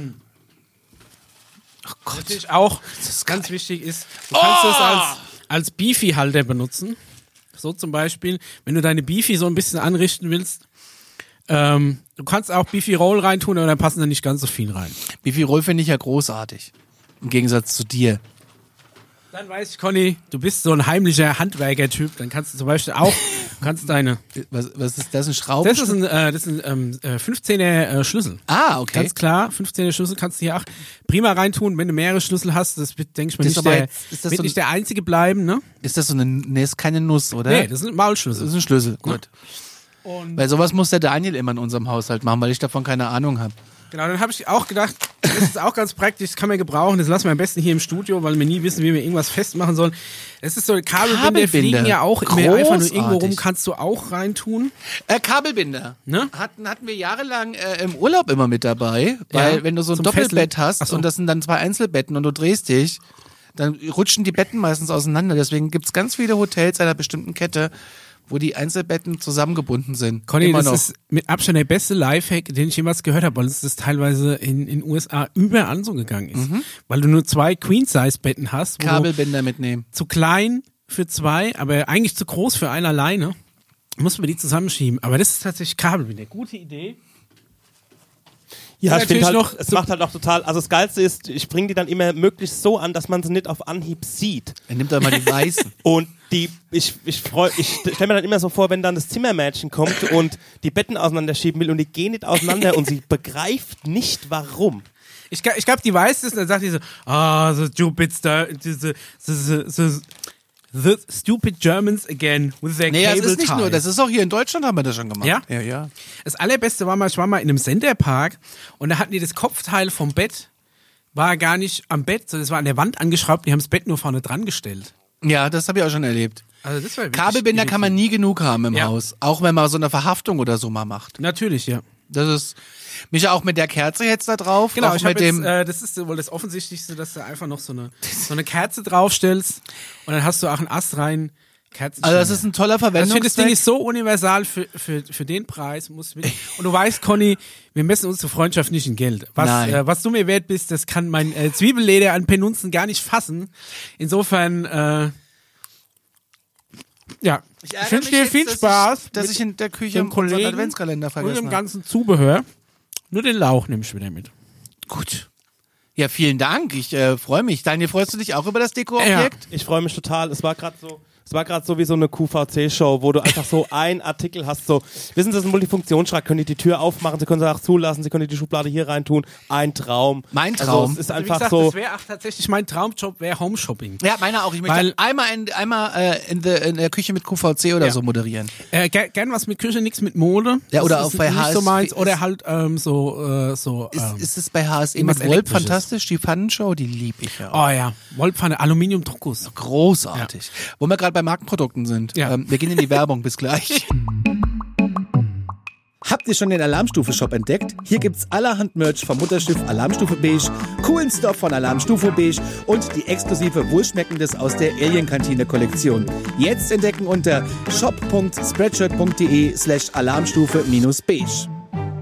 natürlich auch ganz geil. wichtig ist, du kannst es als Beefy-Halter benutzen. So zum Beispiel, wenn du deine Beefy so ein bisschen anrichten willst, du kannst auch Beefy Roll reintun, aber dann passen da nicht ganz so viel rein. Beefy Roll finde ich ja großartig. Im Gegensatz zu dir. Dann weiß ich, Conny, du bist so ein heimlicher Handwerker-Typ, dann kannst du zum Beispiel auch, deine... Was ist das, ein Schraub? Das ist ein 15er Schlüssel. Ah, okay. Ganz klar, 15er Schlüssel kannst du hier auch prima reintun, wenn du mehrere Schlüssel hast. Das wird, denke ich mal, Das nicht, ist aber der, jetzt- ist das wird so ein- nicht der einzige bleiben, ne? Ist das so ist keine Nuss, oder? Nee, das ist ein Das Maulschlüssel. ist ein Schlüssel, gut. Und Weil sowas muss der Daniel immer in unserem Haushalt machen, weil ich davon keine Ahnung habe. genau, dann habe ich auch gedacht, das ist auch ganz praktisch, das kann man gebrauchen, das lassen wir am besten hier im Studio, weil wir nie wissen, wie wir irgendwas festmachen sollen. Es ist so, Kabelbinder fliegen ja auch immer einfach nur irgendwo rum, Großartig. kannst du auch reintun. Kabelbinder. Ne? Hatten wir jahrelang im Urlaub immer mit dabei, weil Ja, wenn du so ein zum Doppelbett Fesseln. hast Ach so. und das sind dann 2 Einzelbetten und du drehst dich, dann rutschen die Betten meistens auseinander. Deswegen gibt's ganz viele Hotels einer bestimmten Kette, wo die Einzelbetten zusammengebunden sind. Conny, Immer das noch. ist mit Abstand der beste Lifehack, den ich jemals gehört habe, weil es das teilweise in USA überall so gegangen ist. Weil du nur 2 Queen-Size-Betten hast, wo du Kabelbinder mitnehmen. zu klein für 2, aber eigentlich zu groß für einen alleine. Muss man die zusammenschieben. Aber das ist tatsächlich Kabelbinder. Gute Idee. Ja, Und ich finde halt, natürlich noch es macht halt auch total, also das Geilste ist, ich bringe die dann immer möglichst so an, dass man sie nicht auf Anhieb sieht. Er nimmt doch mal die weißen. Und ich stelle mir dann immer so vor, wenn dann das Zimmermädchen kommt und die Betten auseinanderschieben will und die gehen nicht auseinander und sie begreift nicht, warum. Ich glaube, die weiß es und dann sagt die so, the stupid the stupid Germans again with their Nee, das cable ist nicht ties. nur, das ist auch hier in Deutschland haben wir das schon gemacht. Ja? Ja, ja. Das allerbeste war mal, ich war mal in einem Senderpark und da hatten die das Kopfteil vom Bett, war gar nicht am Bett, sondern es war an der Wand angeschraubt, die haben das Bett nur vorne dran gestellt. Ja, das habe ich auch schon erlebt. Also das war wirklich Kabelbinder kann man nie genug haben im Ja. Haus. Auch wenn man so eine Verhaftung oder so mal macht. Natürlich, ja. Das ist, mich auch mit der Kerze jetzt da drauf. Genau, auch ich mit habe jetzt, dem, das ist wohl das Offensichtlichste, dass du einfach noch so eine Kerze draufstellst und dann hast du auch einen Ast rein. also das ist ein toller Also ich finde, das Ding Verwendungszweck. ist so universal für den Preis. Und du weißt, Conny, wir messen unsere Freundschaft nicht in Geld. Nein. Was du mir wert bist, das kann mein Zwiebelleder an Penunzen gar nicht fassen. Insofern, ja, ich ärgere wünsche mich dir jetzt, viel Spaß. dass ich in der Küche dem unseren Kollegen Adventskalender und vergessen dem habe. ganzen Zubehör. Nur den Lauch nehme ich wieder mit. Gut. Ja, vielen Dank. Ich freue mich. Daniel, freust du dich auch über das Dekoobjekt? Ich freue mich total. Es war gerade so wie so eine QVC-Show, wo du einfach so einen Artikel hast, so, wissen Sie, das ist ein Multifunktionsschrank, können die Tür aufmachen, Sie können sie auch zulassen, Sie können die Schublade hier reintun, ein Traum. Mein Traum. Also, es ist Wie einfach gesagt, so, das wäre auch tatsächlich mein Traumjob, wäre Homeshopping. Ja, meiner auch. Ich möchte Weil- einmal in der Küche mit QVC oder Ja. so moderieren. Gern was mit Küche, nichts mit Mode. Ja, oder das auch ist bei nicht HSV so meins. ist- Oder halt so. Ist es bei HSE irgendwas mit Wolf Elektrisches. fantastisch? Die Pfannenshow, die liebe ich ja auch. Oh ja, Wollpfanne, Aluminiumdruckguss. Großartig. Wo wir gerade bei Markenprodukten sind. Ja. Wir gehen in die Werbung. Bis gleich. Habt Habt ihr schon den Alarmstufe-Shop entdeckt? Hier gibt's allerhand Merch vom Mutterschiff Alarmstufe Beige, coolen Stuff von Alarmstufe Beige und die exklusive Wohlschmeckendes aus der Alien-Kantine-Kollektion. Jetzt entdecken unter shop.spreadshirt.de/alarmstufe-beige.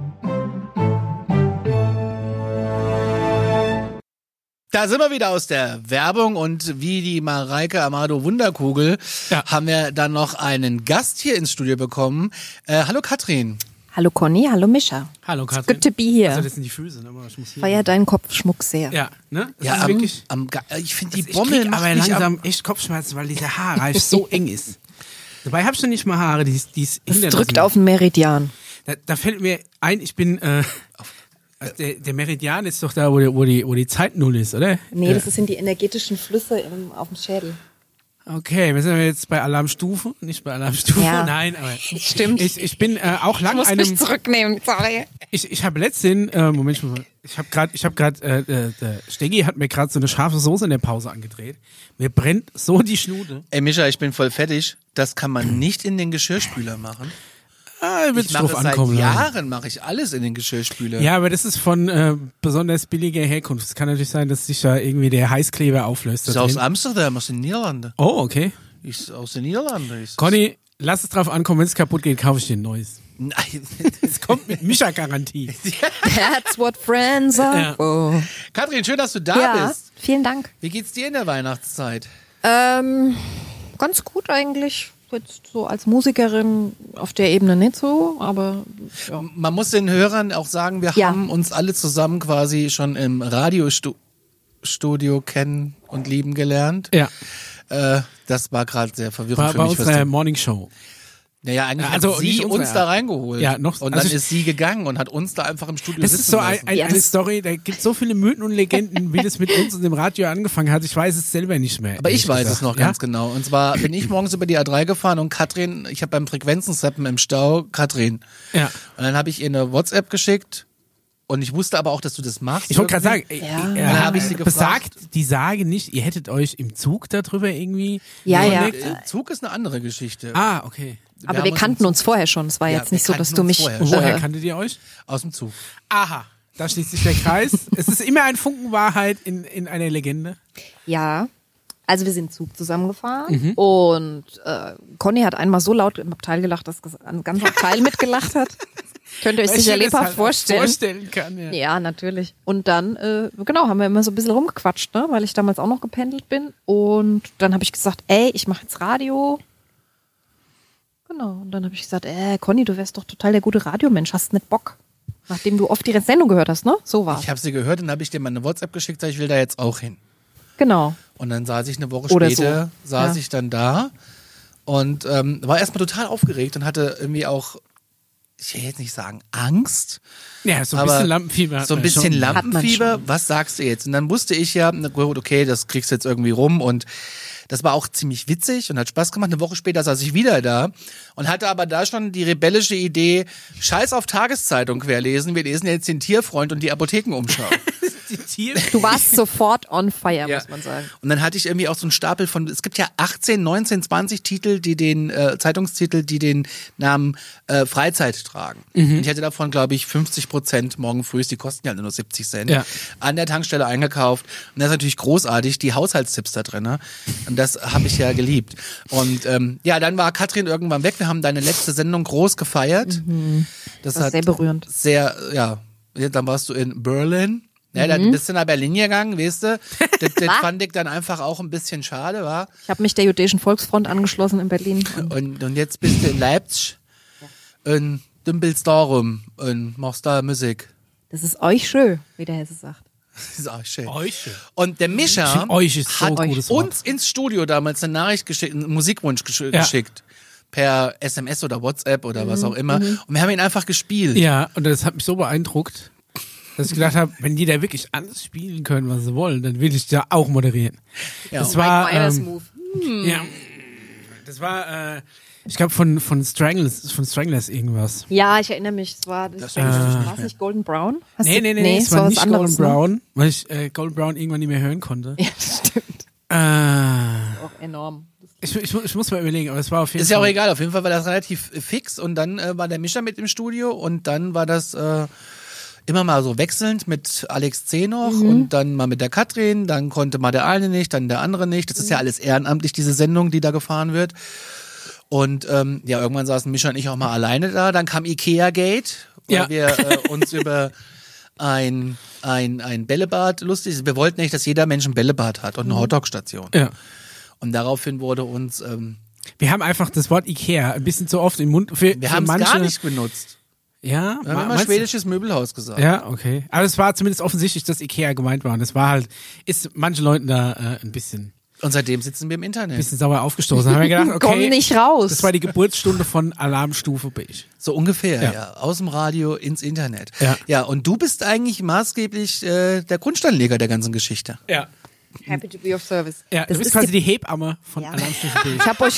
Da sind wir wieder aus der Werbung und wie die Mareike Amado Wunderkugel haben wir dann noch einen Gast hier ins Studio bekommen. Hallo Katrin. Hallo Conny, hallo Mischa. Hallo Katrin. It's good to be here. Also das sind die Füße, ne? Aber ich muss hier Feier deinen Kopfschmuck sehr. Ja, ne? Das Ja, ist wirklich. ich finde die Ich Bommel krieg macht aber mich langsam echt Kopfschmerzen, weil dieser Haarreif so eng ist. Dabei habe ich noch nicht mal Haare, die Es hinterlassen. drückt auf den Meridian. Da fällt mir ein, ich bin der Meridian ist doch da, wo die Zeit null ist, oder? Nee, das sind die energetischen Flüsse auf dem Schädel. Okay, wir sind jetzt bei Alarmstufe, nicht bei Alarmstufe, Ja. nein, aber Stimmt. ich bin auch lang muss mich zurücknehmen, sorry. Ich habe letztens, Moment, ich habe gerade, der Steggi hat mir gerade so eine scharfe Soße in der Pause angedreht. Mir brennt so die Schnude. Ey Mischa, ich bin voll fertig. Das kann man nicht in den Geschirrspüler machen. Wird Ich mache drauf seit ankommen. Jahren mache ich alles in den Geschirrspüler. Ja, aber das ist von besonders billiger Herkunft. Es kann natürlich sein, dass sich da irgendwie der Heißkleber auflöst. Das ist da aus drin. Amsterdam, aus den Niederlanden. Oh, okay. Ist aus den Niederlanden. Conny, lass es drauf ankommen, wenn es kaputt geht, kaufe ich dir ein neues. Nein. Es kommt mit Mischa-Garantie. That's what friends are. Ja. Oh. Katrin, schön, dass du da bist. Vielen Dank. Wie geht's dir in der Weihnachtszeit? Ganz gut eigentlich. Jetzt so als Musikerin auf der Ebene nicht so, aber ja. Man muss den Hörern auch sagen, wir Ja. haben uns alle zusammen quasi schon im Radiostudio kennen und lieben gelernt. Ja, Das war gerade sehr verwirrend für bei mich. unserer Morning Show. Naja, eigentlich Also hat nicht sie unsere- uns da reingeholt. Ja, noch- und also dann ich- ist sie gegangen und hat uns da einfach im Studio Das sitzen ist so lassen. eine Story, da gibt so viele Mythen und Legenden, wie das mit uns und dem Radio angefangen hat. Ich weiß es selber nicht mehr. Aber ich ehrlich weiß es gesagt. noch ganz genau. Und zwar bin ich morgens über die A3 gefahren und Katrin, ich habe beim Frequenzenzappen im Stau, Katrin. Ja. Und dann habe ich ihr eine WhatsApp geschickt und ich wusste aber auch, dass du das machst. Ich wollte gerade sagen, Dann hab ich sie gefragt. besagt die Sage nicht, ihr hättet euch im Zug darüber irgendwie Ja, ja. überlegt? Zug ist eine andere Geschichte. Ah, okay. Aber haben wir uns kannten im uns vorher schon. Es war Ja, jetzt nicht wir so, dass kannten du uns mich. vorher. Und woher kanntet ihr euch? Aus dem Zug. Aha, da schließt sich der Kreis. Es ist immer ein Funken Wahrheit in einer Legende. Ja. Also wir sind Zug zusammengefahren und Conny hat einmal so laut im Abteil gelacht, dass ein ganzer Abteil mitgelacht hat. Könnt ihr euch Weil ich sicher mir das lebhaft halt vorstellen. kann, ja. Ja, natürlich. Und dann, genau, haben wir immer so ein bisschen rumgequatscht, ne? Weil ich damals auch noch gependelt bin. Und dann habe ich gesagt, ey, ich mache jetzt Radio. Genau. Und dann habe ich gesagt, Conny, du wärst doch total der gute Radiomensch, hast nicht Bock. Nachdem du oft die Sendung gehört hast, ne? So war's. Ich habe sie gehört und habe ich dir mal eine WhatsApp geschickt, sag ich will da jetzt auch hin. Genau. Und dann saß ich eine Woche Oder später, so. saß Ja. ich dann da und war erstmal total aufgeregt und hatte irgendwie auch, ich will jetzt nicht sagen Angst, Ja, so ein aber bisschen Lampenfieber. hat so ein man bisschen schon. Lampenfieber. Hat man Was sagst du jetzt? Und dann wusste ich ja, na gut, okay, das kriegst du jetzt irgendwie rum und das war auch ziemlich witzig und hat Spaß gemacht. Eine Woche später saß ich wieder da und hatte aber da schon die rebellische Idee, scheiß auf Tageszeitung querlesen, wir lesen jetzt den Tierfreund und die Apothekenumschau. Die Tiere. Du warst sofort on fire, Ja. muss man sagen. Und dann hatte ich irgendwie auch so einen Stapel von, es gibt ja 18, 19, 20 Titel, die den, Zeitungstitel, die den Namen Freizeit tragen. Und ich hätte davon, glaube ich, 50% morgen früh, die kosten ja nur 70 Cent, Ja. an der Tankstelle eingekauft. Und das ist natürlich großartig, die Haushaltstipps da drin. Ne? Und das habe ich ja geliebt. Und ja, dann war Katrin irgendwann weg. Wir haben deine letzte Sendung groß gefeiert. Das war hat sehr berührend. Sehr, ja, dann warst du in Berlin. Ja, dann bist du nach Berlin gegangen, weißt du. Das fand ich dann einfach auch ein bisschen schade, war. Ich habe mich der Jüdischen Volksfront angeschlossen in Berlin. Und jetzt bist du in Leipzig und dümpelst da rum und machst da Musik. Das ist euch schön, wie der Hesse sagt. Das ist auch schön. Euch. Und der Mischa Euch ist so hat ein gutes Wort. uns ins Studio damals eine Nachricht geschickt, einen Musikwunsch geschickt. Per SMS oder WhatsApp oder was auch immer. Und wir haben ihn einfach gespielt. Ja, und das hat mich so beeindruckt, dass ich gedacht habe, wenn die da wirklich alles spielen können, was sie wollen, dann will ich da auch moderieren. Ja. Das war, Move. ja, das war, ich glaube von Stranglers irgendwas. Ja, ich erinnere mich. Es war war es nicht Golden Brown? Hast du- Es war was nicht anderes, Golden Brown, weil ich Golden Brown irgendwann nicht mehr hören konnte. Ne? Ja, das stimmt. Äh, Auch enorm. Das Ich muss mal überlegen, aber es war auf jeden Ist Fall. ja auch egal, auf jeden Fall war das relativ fix und dann war der Mischa mit im Studio und dann war das immer mal so wechselnd mit Alex C. noch und dann mal mit der Katrin, dann konnte mal der eine nicht, dann der andere nicht. Das ist ja alles ehrenamtlich, diese Sendung, die da gefahren wird. Und irgendwann saßen Mischa und ich auch mal alleine da. Dann kam Ikea Gate, weil wir uns über ein Bällebad lustig ist. Wir wollten nicht, dass jeder Mensch ein Bällebad hat und eine Hotdog-Station. Ja. Und daraufhin wurde uns... Wir haben einfach das Wort Ikea ein bisschen zu oft im Mund. wir haben es gar nicht benutzt. Ja, Wir haben immer schwedisches Möbelhaus gesagt. Ja, okay. Aber es war zumindest offensichtlich, dass Ikea gemeint war. Und es war halt, ist manchen Leuten da ein bisschen Und seitdem sitzen wir im Internet. sauer aufgestoßen. Da haben wir gedacht, okay, Komm nicht raus. das war die Geburtsstunde von Alarmstufe Beige. So ungefähr, Ja. ja. Aus dem Radio ins Internet. Ja. Ja, und du bist eigentlich maßgeblich der Grundsteinleger der ganzen Geschichte. Ja. Happy to be of service. Ja, du Das bist ist quasi die Hebamme von Ja. Alarmstufe Beige.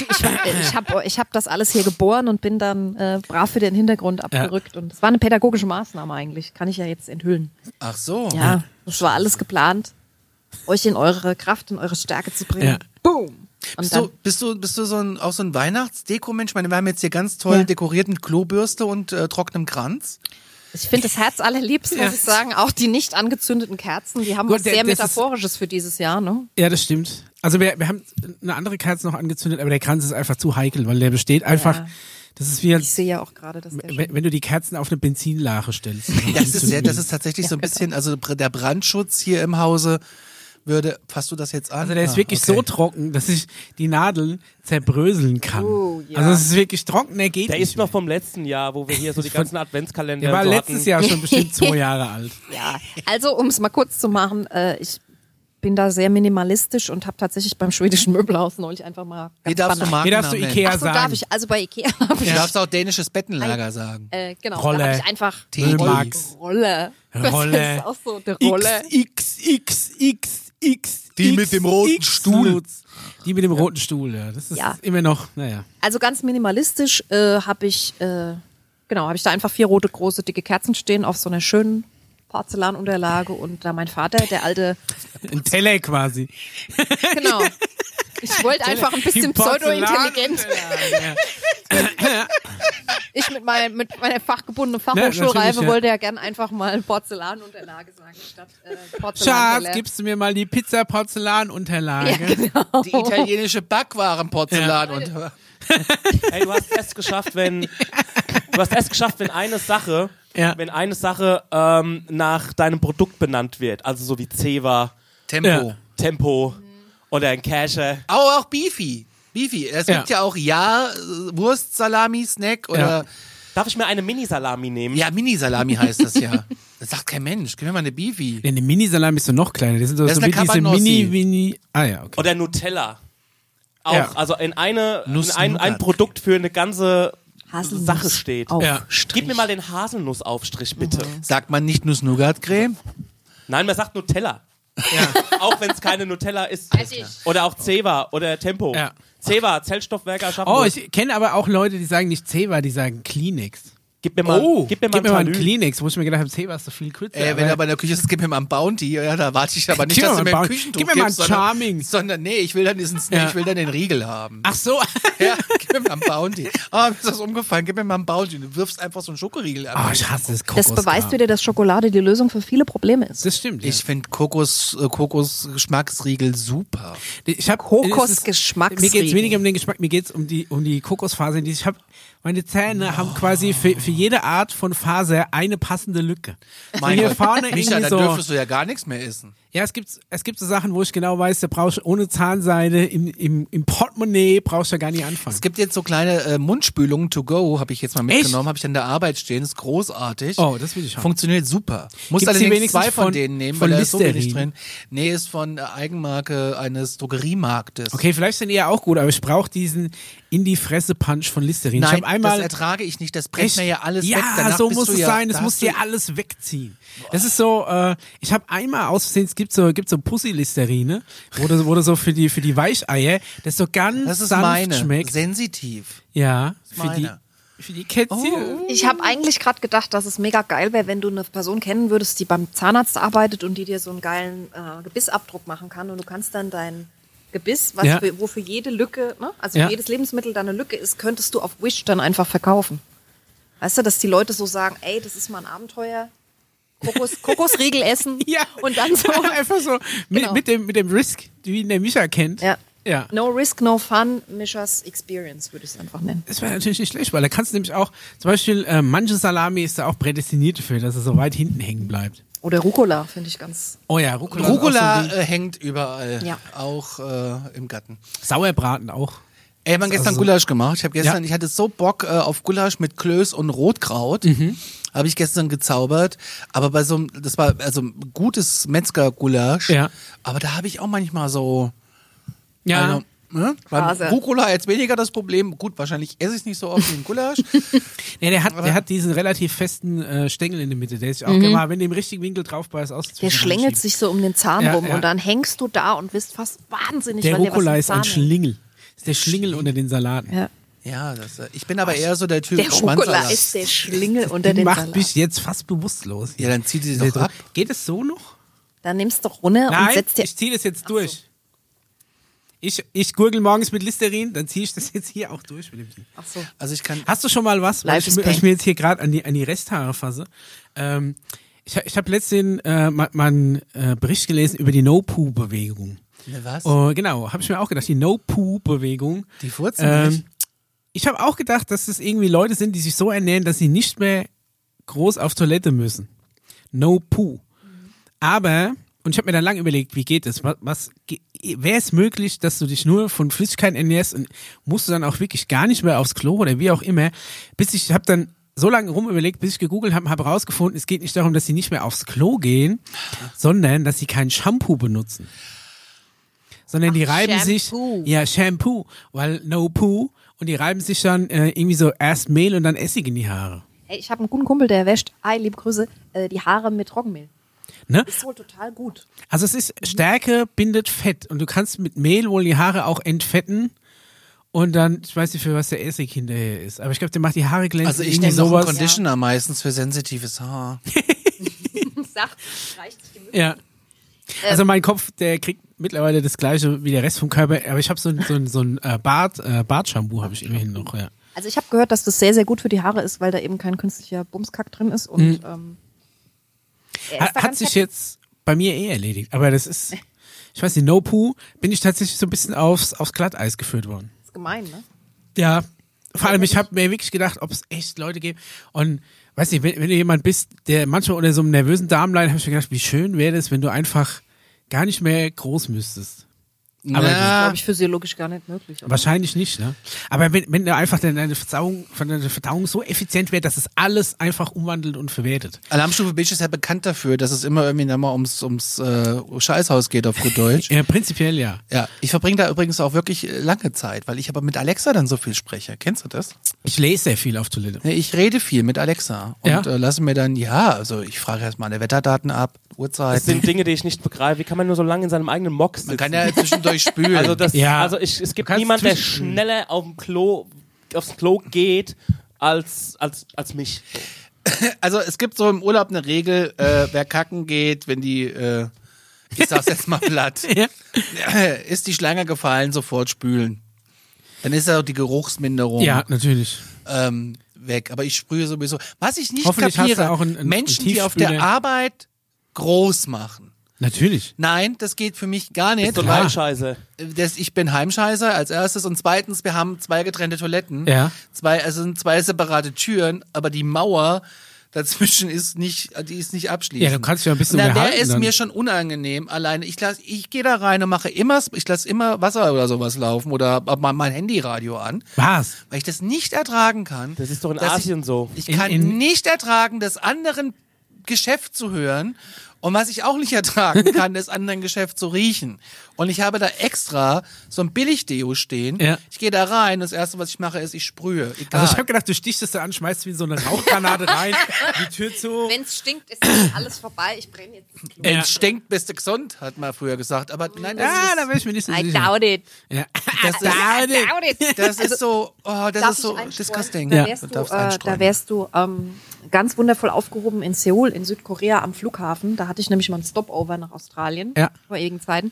Ich hab das alles hier geboren und bin dann brav für den Hintergrund abgerückt. Und es war eine pädagogische Maßnahme eigentlich, kann ich ja jetzt enthüllen. Ach so. Ja, das war alles geplant, euch in eure Kraft, in eure Stärke zu bringen. Ja. Boom. Und dann, Bist du auch so ein Weihnachtsdeko-Mensch? Ich meine, wir haben jetzt hier ganz toll dekoriert mit Klobürste und trockenem Kranz. ich finde das Herz allerliebst, muss ich sagen. Auch die nicht angezündeten Kerzen, die haben Gut, was sehr das ist- Metaphorisches für dieses Jahr, ne? Ja, das stimmt. Also wir haben eine andere Kerze noch angezündet, aber der Kranz ist einfach zu heikel, weil der besteht einfach, Ja. das ist wie Ich als, sehe ja auch gerade, dass der wenn du die Kerzen auf eine Benzinlache stellst. Das ist tatsächlich so ein bisschen, also der Brandschutz hier im Hause fasst du das jetzt an? Also der ist wirklich so trocken, dass ich die Nadeln zerbröseln kann. Oh, ja. Also es ist wirklich trocken, der geht Der nicht ist noch vom letzten Jahr, wo wir hier so die ganzen Adventskalender Der war so letztes hatten. Jahr schon bestimmt 2 Jahre alt. Ja, also um es mal kurz zu machen, ich bin da sehr minimalistisch und habe tatsächlich beim schwedischen Möbelhaus neulich einfach mal Hier darfst du banal- Hier darfst du Markennamen Ikea nennen. Ach so, sagen. darf ich, also bei Ikea habe Du ich, darfst auch dänisches Bettenlager sagen. genau, Rolle. da habe ich einfach Max. Rolle. Rolle. Das ist auch so, der Rolle. XXXX. Die mit dem roten Stuhl. Die mit dem roten Stuhl, ja. Das ist Ja. immer noch, naja. Also ganz minimalistisch habe ich da einfach 4 rote, große, dicke Kerzen stehen auf so einer schönen Porzellanunterlage und da mein Vater, der alte, Ein Teller quasi. genau. Ich wollte einfach ein bisschen pseudo-intelligent. Ich mit meiner fachgebundenen Fachhochschulreife natürlich, ja. wollte ja gern einfach mal Porzellanunterlage sagen statt Schatz, Porzellanteller. gibst du mir mal die Pizza-Porzellanunterlage? Ja, genau. Die italienische Backwarenporzellan und Ey, du hast erst geschafft, wenn eine Sache, Ja. wenn eine Sache nach deinem Produkt benannt wird, also so wie Zewa, Tempo. Ja. Tempo oder ein Casher. Auch Beefy. Es gibt ja auch Wurst-Salami-Snack oder Darf ich mir eine Mini-Salami nehmen? Mini-Salami heißt das ja. Das sagt kein Mensch. Gib mir mal eine Beefy. Nee, eine Mini-Salami ist doch noch kleiner. Die sind so, Das so ist wie eine diese Cabanossi. Mini. Ah ja, okay. Oder Nutella. Auch. Ja. Also in ein Nuss-Nougat. Produkt für eine ganze Haselnuss Sache steht. Aufstrich. Gib mir mal den Haselnussaufstrich, bitte. Sagt man nicht Nuss-Nougat-Creme? Nein, man sagt Nutella. Auch wenn es keine Nutella ist. Oder auch Zewa oder Tempo. Ja. Zewa, Zellstoffwerke Oh, Aschaffenburg. ich kenne aber auch Leute, die sagen nicht Zewa, die sagen Kleenex. Gib mir mal, gib mir mal Gib mir mal ein einen Talü. Kleenex, wo ich mir gedacht habe, Zewa ist doch viel kürzer. Wenn er bei der Küche ist, gib mir mal ein Bounty. Ja, da warte ich aber nicht, Gib mir dass du mal mir ein ein Bounty. Küchentuch Gib mir mal gibst, ein Charming. Sondern nee, ich will dann ich will dann den Riegel haben. Ach so. Ja, gib mir mal ein Bounty. Mir ist das umgefallen, gib mir mal ein Bounty. Du wirfst einfach so einen Schokoriegel an. Oh, ich hasse das Das Kokos. beweist wieder, dass Schokolade die Lösung für viele Probleme ist. Das stimmt. Ja. Ich finde Kokos-Geschmacksriegel super. Ich hab Kokosgeschmacksriegel. Mir geht's weniger um den Geschmack, mir geht's um die Kokosfasern. Meine Zähne haben quasi für jede Art von Faser eine passende Lücke. Mein hier Gott. vorne Micha, irgendwie dann so. dürftest du ja gar nichts mehr essen. Ja, es gibt so Sachen, wo ich genau weiß, da brauchst du ohne Zahnseide im Portemonnaie brauchst du ja gar nicht anfangen. Es gibt jetzt so kleine Mundspülungen to go, habe ich jetzt mal mitgenommen, habe ich an der Arbeit stehen, ist großartig. Oh, das will ich haben. Funktioniert super. Muss Gibt's die allerdings wenigstens 2 von von- denen nehmen, von weil da ist so wenig Listerine? drin. Nee, ist von Eigenmarke eines Drogeriemarktes. Okay, vielleicht sind die ja auch gut, aber ich brauche diesen In-die-Fresse-Punch von Listerin. Nein, ich habe einmal das ertrage ich nicht, das brennt Echt? mir ja alles ja, weg. Danach so bist muss du es ja, sein, es da muss hast du- dir alles wegziehen. Das ist so, ich habe einmal aus Versehen, es gibt so Pussy-Listerine, wo du so für die Weicheier, das so ganz Das ist sanft meine, schmeckt. sensitiv. Ja, Meine. für die Kätzchen. Ich habe eigentlich gerade gedacht, dass es mega geil wäre, wenn du eine Person kennen würdest, die beim Zahnarzt arbeitet und die dir so einen geilen Gebissabdruck machen kann und du kannst dann dein Gebiss, Ja. wo für jede Lücke, ne? Also Ja. für jedes Lebensmittel da eine Lücke ist, könntest du auf Wish dann einfach verkaufen. Weißt du, dass die Leute so sagen, ey, das ist mal ein Abenteuer, Kokosriegel essen Ja. und dann so. Einfach so Genau. mit dem Risk, wie ihn der Micha kennt. Ja. Ja. No risk, no fun, Mischas Experience würde ich es einfach nennen. Das wäre natürlich nicht schlecht, weil da kannst du nämlich auch, zum Beispiel, manche Salami ist da auch prädestiniert dafür, dass er so weit hinten hängen bleibt. Oder Rucola, finde ich ganz. Oh ja, Rucola. Rucola Ist auch so ein hängt überall, Ja. auch im Garten. Ding. Sauerbraten auch. Ey, wir haben gestern Also- Gulasch gemacht. Ich Ja. hatte so Bock auf Gulasch mit Klöß und Rotkraut. Habe ich gestern gezaubert. Aber bei so einem, das war also ein gutes Metzger-Gulasch. Ja. Aber da habe ich auch manchmal so. Ja. Also, ne? Beim Phase. Rucola jetzt weniger das Problem. Gut, wahrscheinlich esse ich es nicht so oft wie ein Gulasch. Ja, der hat diesen relativ festen Stängel in der Mitte. Der ist auch immer, wenn du im richtigen Winkel drauf beißt, aus. Der schlängelt sich so um den Zahn Ja, rum ja. und dann hängst du da und bist fast wahnsinnig, Der weil dir was Rucola im ist ein Zahn Schlingel. Ist der Schlingel unter den Salaten. Ja. Ja, ich bin aber eher so der Typ Der Rucola Schwanzsalat. ist der Schlingel unter den Macht Salat. mich jetzt fast bewusstlos. Ja, dann zieht sie doch ab. Geht es so noch? Dann nimmst du doch runter und Nein, setzt dir. ich ziehe das jetzt durch. Ich gurgel morgens mit Listerin, dann ziehe ich das jetzt hier auch durch mit dem Ding. Ach so. Also ich kann. Hast du schon mal was, weil Life is ich pain. mir jetzt hier gerade an die Resthaare fasse? Ich habe letztens mal einen Bericht gelesen über die No-Poo-Bewegung. Ne, was? Genau, habe ich mir auch gedacht, die No-Poo-Bewegung. Die Furzen nicht. Ich habe auch gedacht, dass das irgendwie Leute sind, die sich so ernähren, dass sie nicht mehr groß auf Toilette müssen. No-Poo. Aber, und ich habe mir dann lange überlegt, wie geht es? Wäre es möglich, dass du dich nur von Flüssigkeiten ernährst und musst du dann auch wirklich gar nicht mehr aufs Klo oder wie auch immer? Ich habe dann so lange rumüberlegt, bis ich gegoogelt habe, habe herausgefunden, es geht nicht darum, dass sie nicht mehr aufs Klo gehen, sondern dass sie kein Shampoo benutzen. Sondern die reiben Shampoo. sich, ja, Shampoo, weil no poo, und die reiben sich dann irgendwie so erst Mehl und dann Essig in die Haare. Hey, ich habe einen guten Kumpel, der wäscht, liebe Grüße, die Haare mit Trockenmehl. Ne? Ist wohl total gut. Also es ist, Stärke bindet Fett und du kannst mit Mehl wohl die Haare auch entfetten und dann, ich weiß nicht, für was der Essig hinterher ist, aber ich glaube, der macht die Haare glänzend. Also ich irgendwie nehme noch einen sowas. Conditioner meistens für sensitives Haar. Sagt, reicht sich die Mütze. Ja. Also mein Kopf, der kriegt mittlerweile das gleiche wie der Rest vom Körper, aber ich habe so ein Bartshampoo habe ich immerhin noch, ja. Also ich habe gehört, dass das sehr, sehr gut für die Haare ist, weil da eben kein künstlicher Bumskack drin ist und er ist da Hat ganz sich happy. jetzt bei mir erledigt, aber das ist, ich weiß nicht, No Poo, bin ich tatsächlich so ein bisschen aufs Glatteis geführt worden. ist gemein, ne? Ja, vor allem, ich habe mir wirklich gedacht, ob es echt Leute gibt. Und weiß nicht, wenn du jemand bist, der manchmal unter so einem nervösen Darmleid, habe ich mir gedacht, wie schön wäre das, wenn du einfach gar nicht mehr groß müsstest. Aber Glaube ich physiologisch gar nicht möglich. Oder? wahrscheinlich nicht, ne? Aber wenn du einfach deine Verdauung so effizient wäre, dass es alles einfach umwandelt und verwertet. Alarmstufe Beige ist ja bekannt dafür, dass es immer irgendwie nochmal ums Scheißhaus geht auf gut Deutsch. Ja, prinzipiell ja. Ja, ich verbringe da übrigens auch wirklich lange Zeit, weil ich aber mit Alexa dann so viel spreche. Kennst du das? Ich lese sehr viel auf Toilette. Ja, ich rede viel mit Alexa und Ja? lasse mir dann, also ich frage erst mal meine Wetterdaten ab, Das Uhrzeiten. sind Dinge, die ich nicht begreife. Wie kann man nur so lange in seinem eigenen Mock sitzen? Man kann ja zwischendurch spülen. Also, es gibt kannst niemand, der zwischen- schneller aufs Klo geht als mich. Also es gibt so im Urlaub eine Regel, wer kacken geht, wenn die, ich sag's jetzt mal platt, Ja. ist die Schlange gefallen, sofort spülen. Dann ist ja auch die Geruchsminderung Ja, natürlich. weg. Aber ich sprühe sowieso. Was ich nicht Hoffentlich hast du kapiere, auch einen Menschen, die auf der Tiefspüler. Arbeit groß machen. Natürlich. Nein, das geht für mich gar nicht. So Klar. Scheiße. Ich bin Heimscheißer als erstes und zweitens, wir haben 2 getrennte Toiletten. Ja. Sind 2 separate Türen, aber die Mauer dazwischen ist nicht abschließend. Ja, du kannst dich ja ein bisschen Und dann wäre unterhalten es dann. mir schon unangenehm alleine. Ich gehe da rein und ich lasse immer Wasser oder sowas laufen oder mein Handyradio an, Was? weil ich das nicht ertragen kann. Das ist doch in dass Asien so. Ich In- kann in- nicht ertragen, das anderen Geschäft zu hören. Und was ich auch nicht ertragen kann, ist anderen Geschäft zu riechen. Und ich habe da extra so ein Billig-Deo stehen. Ja. Ich gehe da rein und das Erste, was ich mache, ist, ich sprühe. Egal. Also ich habe gedacht, du stichst es da an, schmeißt wie so eine Rauchgranate rein, die Tür zu. Wenn es stinkt, ist alles vorbei. Ich brenne jetzt das Klo. Ja. Es stinkt, bist du gesund, hat man früher gesagt. Aber nein, das Ja, ist... da wäre ich mir nicht so I sicher. doubt it. Ja. Das ist, Doubt it. das ist so, das Darf ist so ich einstreuen? disgusting. Da Ja. wärst Du du, darfst da einstreuen. wärst du ganz wundervoll aufgehoben in Seoul, in Südkorea am Flughafen. Da hatte ich nämlich mal einen Stopover nach Australien Ja. vor ewigen Zeiten.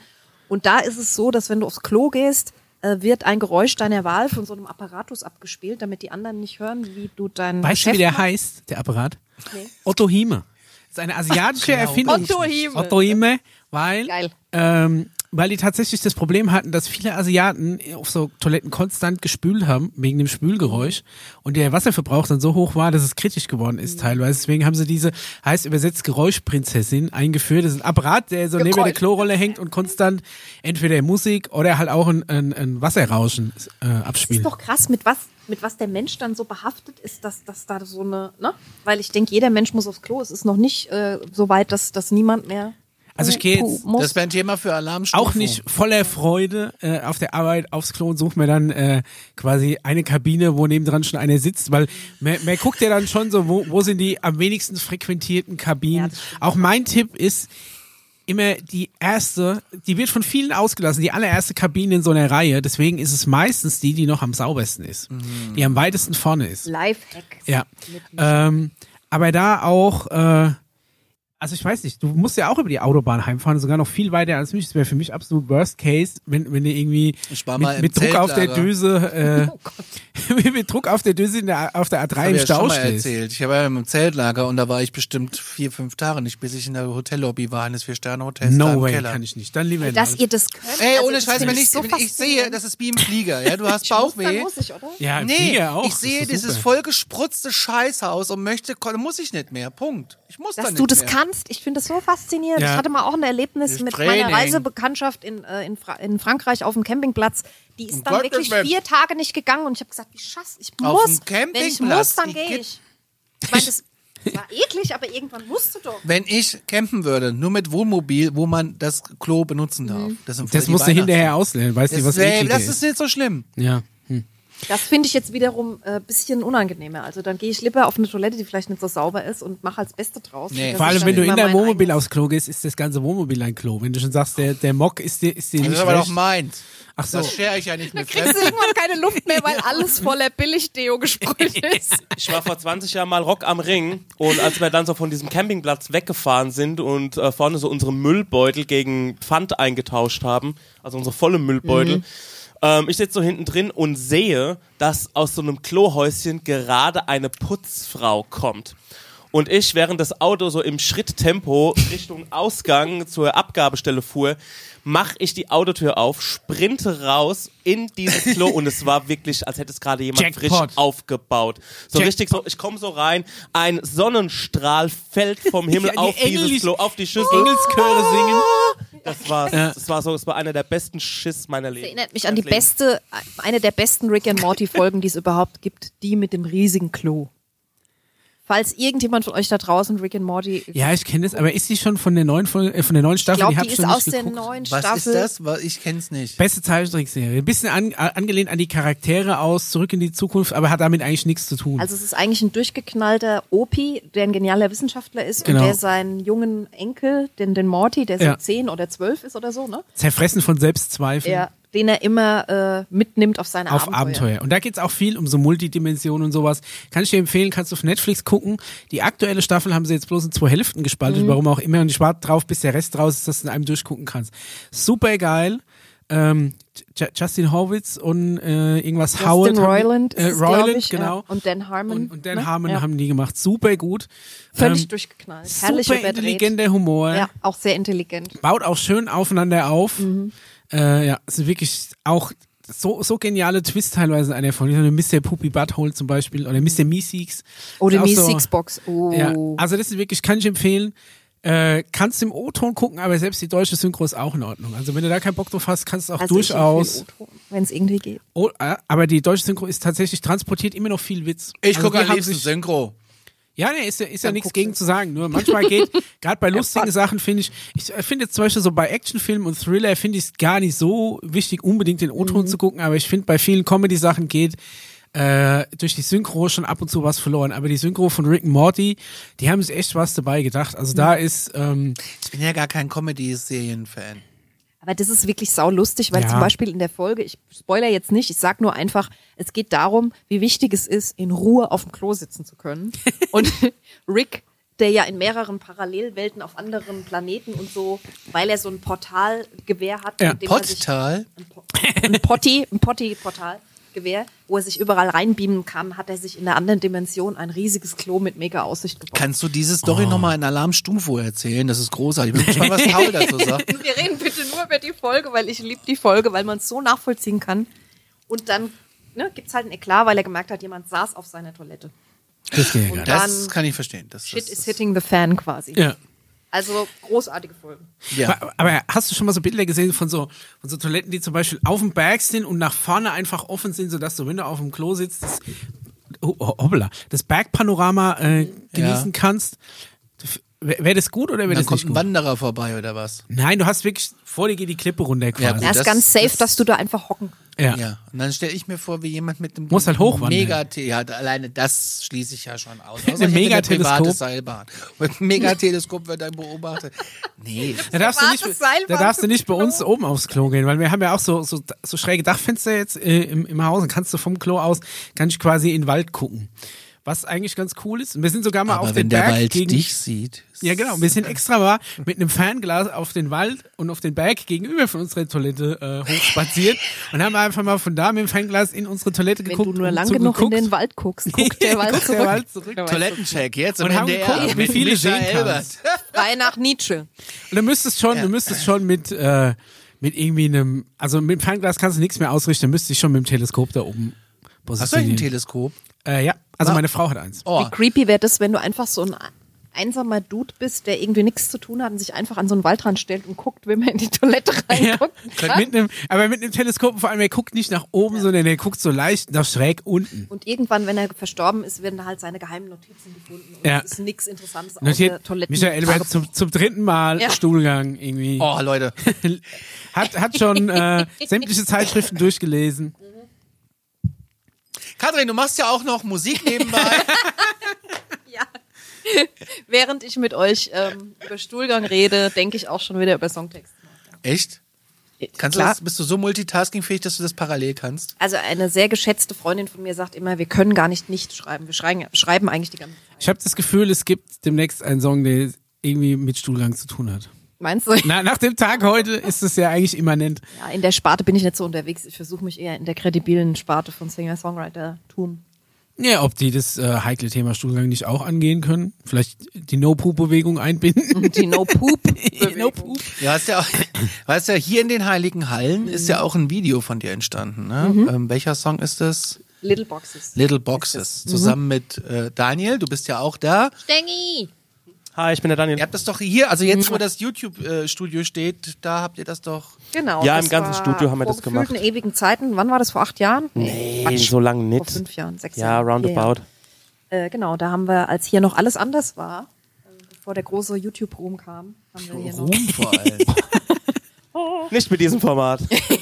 Und da ist es so, dass wenn du aufs Klo gehst, wird ein Geräusch deiner Wahl von so einem Apparatus abgespielt, damit die anderen nicht hören, wie du dein Weißt Geschäft du, wie der machst. heißt, der Apparat? Nee. Otto Hime. Das ist eine asiatische Erfindung. Otto Hime. Otto Hime, weil, Geil. weil die tatsächlich das Problem hatten, dass viele Asiaten auf so Toiletten konstant gespült haben, wegen dem Spülgeräusch. Und der Wasserverbrauch dann so hoch war, dass es kritisch geworden ist teilweise. Deswegen haben sie diese, heißt übersetzt Geräuschprinzessin, eingeführt. Das ist ein Apparat, der so neben der Klorolle hängt und konstant entweder Musik oder halt auch ein Wasserrauschen abspielt. Ist doch krass, mit was der Mensch dann so behaftet ist, dass da so eine, ne? Weil ich denke, jeder Mensch muss aufs Klo. Es ist noch nicht so weit, dass niemand mehr Also ich gehe jetzt muss. Das wäre ein Thema für Alarmstufen. auch nicht voller Freude auf der Arbeit aufs Klo und suche mir dann quasi eine Kabine, wo nebendran schon einer sitzt, weil man guckt ja dann schon so, wo sind die am wenigsten frequentierten Kabinen. Ja, auch mein Tipp ist immer die erste, die wird von vielen ausgelassen, die allererste Kabine in so einer Reihe, deswegen ist es meistens die noch am saubersten ist, die am weitesten vorne ist. Lifehacks. Ja, aber da auch, also ich weiß nicht, du musst ja auch über die Autobahn heimfahren, sogar noch viel weiter als mich. Das wäre für mich absolut Worst Case, wenn du irgendwie Ich war mal im mit Druck auf der Zeltlager. Düse, mit Druck auf der Düse auf der A3 Hab im ich ja Stau schon mal stehst. erzählt. Ich war ja im Zeltlager und da war ich bestimmt 4-5 Tage nicht, bis ich in der Hotellobby war, eines 4-Sterne-Hotels da No im way, Keller. kann ich nicht. Dann lieber Dass nicht. ihr das könnt. Ey, also ohne das Scheiß, finde wenn ich, so wenn ich sehe, faszinierend. das ist wie im Flieger, ja, du hast Dann Bauchweh. muss ich, oder? Ja, im Nee, Flieger auch. ich sehe Das ist dieses super. vollgesprotzte Scheißhaus und muss ich nicht mehr. Punkt. Ich muss Dass da nicht du das mehr. kannst, ich finde das so faszinierend. Ja. Ich hatte mal auch ein Erlebnis Das mit Training. meiner Reisebekanntschaft in Frankreich auf dem Campingplatz. Die ist Um dann Gottes wirklich Willen. 4 Tage nicht gegangen und ich habe gesagt, wie schaff's, ich Auf muss. dem Wenn ich Campingplatz, muss, dann die gehe gibt- ich. Ich meine, das war eklig, aber irgendwann musst du doch. Wenn ich campen würde, nur mit Wohnmobil, wo man das Klo benutzen darf. Das, sind voll Das die musst du hinterher Weihnachts- auslernen. Weißt du, was ekliger Das ist nicht so schlimm. Ja. Das finde ich jetzt wiederum ein bisschen unangenehmer. Also dann gehe ich lieber auf eine Toilette, die vielleicht nicht so sauber ist und mache als Beste draus. Nee. Das Vor ist allem, dann wenn du immer in deinem mein Wohnmobil eigenes. aufs Klo gehst, ist das ganze Wohnmobil ein Klo. Wenn du schon sagst, der Mock ist dir Das nicht ist aber doch recht. meins. Ach so. Das share ich ja nicht mit Kriegst du Fremden. irgendwann keine Luft mehr, weil alles voller Billig-Deo gesprüht ist. Ich war vor 20 Jahren mal Rock am Ring und als wir dann so von diesem Campingplatz weggefahren sind und vorne so unsere Müllbeutel gegen Pfand eingetauscht haben, also unsere volle Müllbeutel, ich sitze so hinten drin und sehe, dass aus so einem Klohäuschen gerade eine Putzfrau kommt. Und ich, während das Auto so im Schritttempo Richtung Ausgang zur Abgabestelle fuhr, mache ich die Autotür auf, sprinte raus in dieses Klo und es war wirklich, als hätte es gerade jemand Jackpot. frisch aufgebaut. So Jackpot. richtig so, ich komme so rein, ein Sonnenstrahl fällt vom Himmel Ja, die auf dieses Englisch- Klo, auf die Schüssel. Engelschöre singen. Das war einer der besten Schiss meiner Das Leben. erinnert mich an eine der besten Rick and Morty Folgen, die es überhaupt gibt, die mit dem riesigen Klo. Falls irgendjemand von euch da draußen Rick and Morty, Ja, ich kenne das, aber ist die schon von der neuen Folge, von der neuen ich Staffel? glaube, hab die ich ist noch aus nicht der geguckt. neuen Was Staffel. ist das? Ich kenn's nicht. Beste Zeichentrickserie. Ein bisschen angelehnt an die Charaktere aus Zurück in die Zukunft, aber hat damit eigentlich nichts zu tun. Also es ist eigentlich ein durchgeknallter Opi, der ein genialer Wissenschaftler ist Genau. und der seinen jungen Enkel, den Morty, der so Ja. 10 oder 12 ist oder so, ne? Zerfressen von Selbstzweifeln. Den er immer mitnimmt auf seine Auf Abenteuer. Und da geht's auch viel um so Multidimensionen und sowas. Kann ich dir empfehlen, kannst du auf Netflix gucken. Die aktuelle Staffel haben sie jetzt bloß in 2 Hälften gespaltet, warum auch immer. Und ich warte drauf, bis der Rest raus ist, dass du in einem durchgucken kannst. Super geil. Justin Horwitz und irgendwas Justin Howard. Roiland ist es, glaub Roiland, ich, genau. ja. Und Dan Harmon. Und Dan ne? Harmon Ja. haben die gemacht. Super gut. Völlig durchgeknallt. Herrlich Super überdreht. intelligenter Humor. Ja, auch sehr intelligent. Baut auch schön aufeinander auf. Ja, es sind wirklich auch so geniale Twists teilweise in einer Folge. Mr. Poopy Butthole zum Beispiel oder Mr. Meeseeks. Oder Ist auch so- Meeseeks Box. Oh. Ja, also das ist wirklich, kann ich empfehlen. Kannst im O-Ton gucken, aber selbst die deutsche Synchro ist auch in Ordnung. Also wenn du da keinen Bock drauf hast, kannst du auch durchaus. Wenn es irgendwie geht. Oh, aber die deutsche Synchro ist tatsächlich transportiert immer noch viel Witz. Ich Also gucke die am haben liebsten sich- Synchro. Ja, nee, ist ja Dann nichts guckst gegen du. zu sagen. Nur manchmal geht, gerade bei lustigen Sachen finde ich finde jetzt zum Beispiel so bei Actionfilmen und Thriller finde ich es gar nicht so wichtig, unbedingt den O-Ton zu gucken, aber ich finde bei vielen Comedy-Sachen geht durch die Synchro schon ab und zu was verloren. Aber die Synchro von Rick and Morty, die haben sich echt was dabei gedacht. Also da ist, Ich bin ja gar kein Comedy-Serien-Fan. Aber das ist wirklich saulustig, weil Ja. zum Beispiel in der Folge, ich spoiler jetzt nicht, ich sag nur einfach, es geht darum, wie wichtig es ist, in Ruhe auf dem Klo sitzen zu können. Und Rick der ja in mehreren Parallelwelten auf anderen Planeten und so, weil er so ein Portalgewehr hat. Ja. mit dem er sich- Portal? Ein Potti-Portalgewehr, wo er sich überall reinbeamen kann, hat er sich in der anderen Dimension ein riesiges Klo mit mega Aussicht gebaut. Kannst du diese Story nochmal in Alarm Stummfo erzählen? Das ist großartig. Ich bin gespannt, was Paul dazu sagt. Wir reden bitte nur über die Folge, weil ich liebe die Folge, weil man es so nachvollziehen kann. Und dann gibt es halt ein Eklat, weil er gemerkt hat, jemand saß auf seiner Toilette. Das geht ja gar Und nicht. Das dann kann ich verstehen. Shit is hitting the fan quasi. Ja. Also großartige Folgen. Ja. Aber hast du schon mal so Bilder gesehen von so Toiletten, die zum Beispiel auf dem Berg sind und nach vorne einfach offen sind, sodass du, wenn du auf dem Klo sitzt, das Bergpanorama genießen kannst? Wäre das gut oder wäre Dann das kommt nicht ein gut? Wanderer vorbei oder was? Nein, du hast wirklich, vor dir geht die Klippe runter quasi. gut. Er ist das- ganz safe, das- dass du da einfach hocken kannst. Ja. Ja. Und dann stelle ich mir vor, wie jemand mit einem Muss halt hochwandern. Megatee hat. Alleine das schließe ich ja schon aus. Außer Ein ich hätte eine Megateleskop. private Seilbahn. Und ein Megateleskop wird dann beobachtet. Nee. Da darfst Privates Seilbahn da darfst du zum nicht bei Klo. uns oben aufs Klo gehen, weil wir haben ja auch so schräge Dachfenster jetzt im Haus und kannst du vom Klo aus, kannst du quasi in den Wald gucken. Was eigentlich ganz cool ist. Und wir sind sogar mal Aber auf wenn den der Berg Wald gegen... dich sieht. Ja, genau. Wir sind extra mal mit einem Fernglas auf den Wald und auf den Berg gegenüber von unserer Toilette hochspaziert und haben einfach mal von da mit dem Fernglas in unsere Toilette Wenn geguckt. du nur und lang genug in zugeguckt. den Wald guckst, guckt der Wald Guckt zurück. der Wald zurück. Der Wald Toilettencheck jetzt Und im haben NDR. geguckt, wie mit viele Micha sehen Elbert. kannst. Frei nach Nietzsche. Und du müsstest schon mit irgendwie einem, also mit dem Fernglas kannst du nichts mehr ausrichten, müsstest dich schon mit dem Teleskop da oben Hast du eigentlich ein positionieren. Teleskop? Ja, also meine Frau hat eins. Oh, Wie creepy wäre das, wenn du einfach so ein einsamer Dude bist, der irgendwie nichts zu tun hat und sich einfach an so einen Waldrand stellt und guckt, wenn man in die Toilette reinguckt. Aber mit einem Teleskop vor allem, er guckt nicht nach oben, sondern er guckt so leicht nach schräg unten. Und irgendwann, wenn er verstorben ist, werden da halt seine geheimen Notizen gefunden. Und Ja. es ist nichts Interessantes Notiert außer Toiletten. Michael Elbert zum dritten Mal Ja. Stuhlgang irgendwie. oh, Leute. Hat schon sämtliche Zeitschriften durchgelesen. Katrin, du machst ja auch noch Musik nebenbei. Ja. Während ich mit euch über Stuhlgang rede, denke ich auch schon wieder über Songtexte. Echt? Kannst du Klar. das, bist du so multitaskingfähig, dass du das parallel kannst? Also eine sehr geschätzte Freundin von mir sagt immer, wir können gar nicht schreiben. Wir schreiben eigentlich die ganze Zeit. Ich habe das Gefühl, es gibt demnächst einen Song, der irgendwie mit Stuhlgang zu tun hat. Meinst du? Nach dem Tag heute ist es ja eigentlich immanent. Ja, in der Sparte bin ich nicht so unterwegs. Ich versuche mich eher in der kredibilen Sparte von Singer-Songwriter-Tum. Ja, ob die das heikle Thema Stuhlgang nicht auch angehen können. Vielleicht die No-Poop-Bewegung einbinden. Die No-Poop-Bewegung. No-Poop. Ja, weißt ja, hier in den Heiligen Hallen ist ja auch ein Video von dir entstanden. Ne? Welcher Song ist das? Little Boxes. Little Boxes. Zusammen mit Daniel, du bist ja auch da. Stengi! Hi, ich bin der Daniel. Ihr habt das doch hier, also jetzt, wo das YouTube-Studio steht, da habt ihr das doch. Genau. Ja, das im ganzen war Studio haben wir vor das gemacht. gefühlten ewigen Zeiten. Wann war das? Vor 8 Jahren? Nee, Quatsch. so lange Vor nicht. 5 Jahren, 6 Ja, Jahren. roundabout. Genau, da haben wir, als hier noch alles anders war, bevor der große YouTube-Ruhm kam, haben wir hier noch... Ruhm vor allem. Nicht mit diesem Format.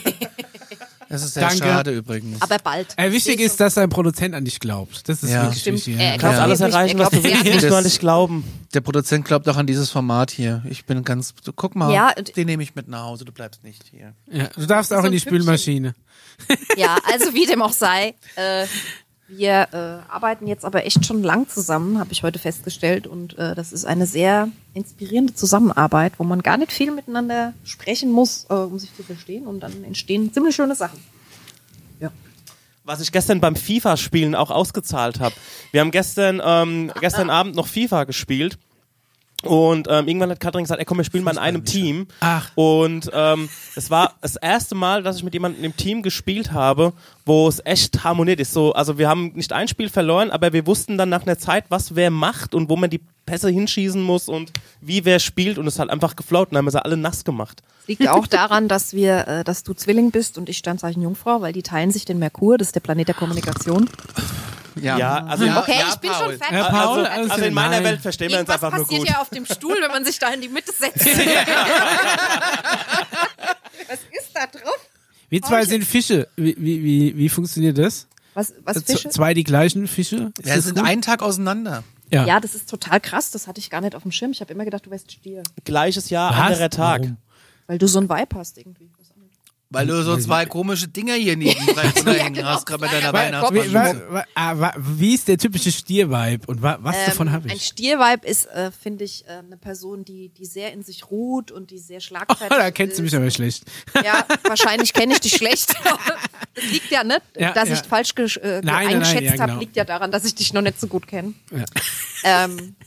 Das ist sehr Danke. schade übrigens. Aber bald. Wichtig ist, dass dein Produzent an dich glaubt. Das ist Ja. wirklich Stimmt. wichtig. Er Du kannst Ja. alles Nicht, erreichen, er was du glaubt willst. Du sehr. musst nur an dich glauben. Der Produzent glaubt auch an dieses Format hier. Ich bin ganz, guck mal, Ja, und- den nehme ich mit nach Hause, du bleibst nicht hier. Ja, du darfst auch so in die ein Püppchen. Spülmaschine. Ja, also wie dem auch sei. Wir arbeiten jetzt aber echt schon lang zusammen, habe ich heute festgestellt. Und das ist eine sehr inspirierende Zusammenarbeit, wo man gar nicht viel miteinander sprechen muss, um sich zu verstehen. Und dann entstehen ziemlich schöne Sachen. Ja. Was ich gestern beim FIFA-Spielen auch ausgezahlt habe. Wir haben gestern Abend noch FIFA gespielt. Und irgendwann hat Katrin gesagt, ey komm, wir spielen mal in einem Team. Ach. Und es war das erste Mal, dass ich mit jemandem im Team gespielt habe, wo es echt harmoniert ist. So, also wir haben nicht ein Spiel verloren, aber wir wussten dann nach einer Zeit, was wer macht und wo man die Pässe hinschießen muss und wie wer spielt. Und es hat einfach geflaut und dann haben wir sie alle nass gemacht. Liegt auch daran, dass du Zwilling bist und ich Sternzeichen Jungfrau, weil die teilen sich den Merkur, das ist der Planet der Kommunikation. Ja, also Okay, ich bin Paul. schon fertig. Ja, Paul, also in meiner nein. Welt verstehen wir uns Irgendwas einfach nur passiert gut. ja auf dem Stuhl, wenn man sich da in die Mitte setzt. Was ist da drauf? Wir zwei sind Fische. Wie funktioniert das? Was Fische? Zwei die gleichen Fische? Ist Wir das sind gut? einen Tag auseinander. Ja. Ja, das ist total krass. Das hatte ich gar nicht auf dem Schirm. Ich habe immer gedacht, du wärst Stier. Gleiches Jahr, Was? anderer Tag. Warum? Weil du so ein Vibe hast irgendwie. Weil du so zwei komische Dinger hier nebendran hängen hast, gerade bei deiner Weihnachtsmaschine. Wie ist der typische Stier-Vibe und was davon habe ich? Ein Stier-Vibe ist, finde ich, eine Person, die sehr in sich ruht und die sehr schlagfertig Da kennst du mich aber schlecht. Ja, wahrscheinlich kenne ich dich schlecht. Das liegt ja nicht, dass ich falsch eingeschätzt habe, liegt ja daran, dass ich dich noch nicht so gut kenne. Ja.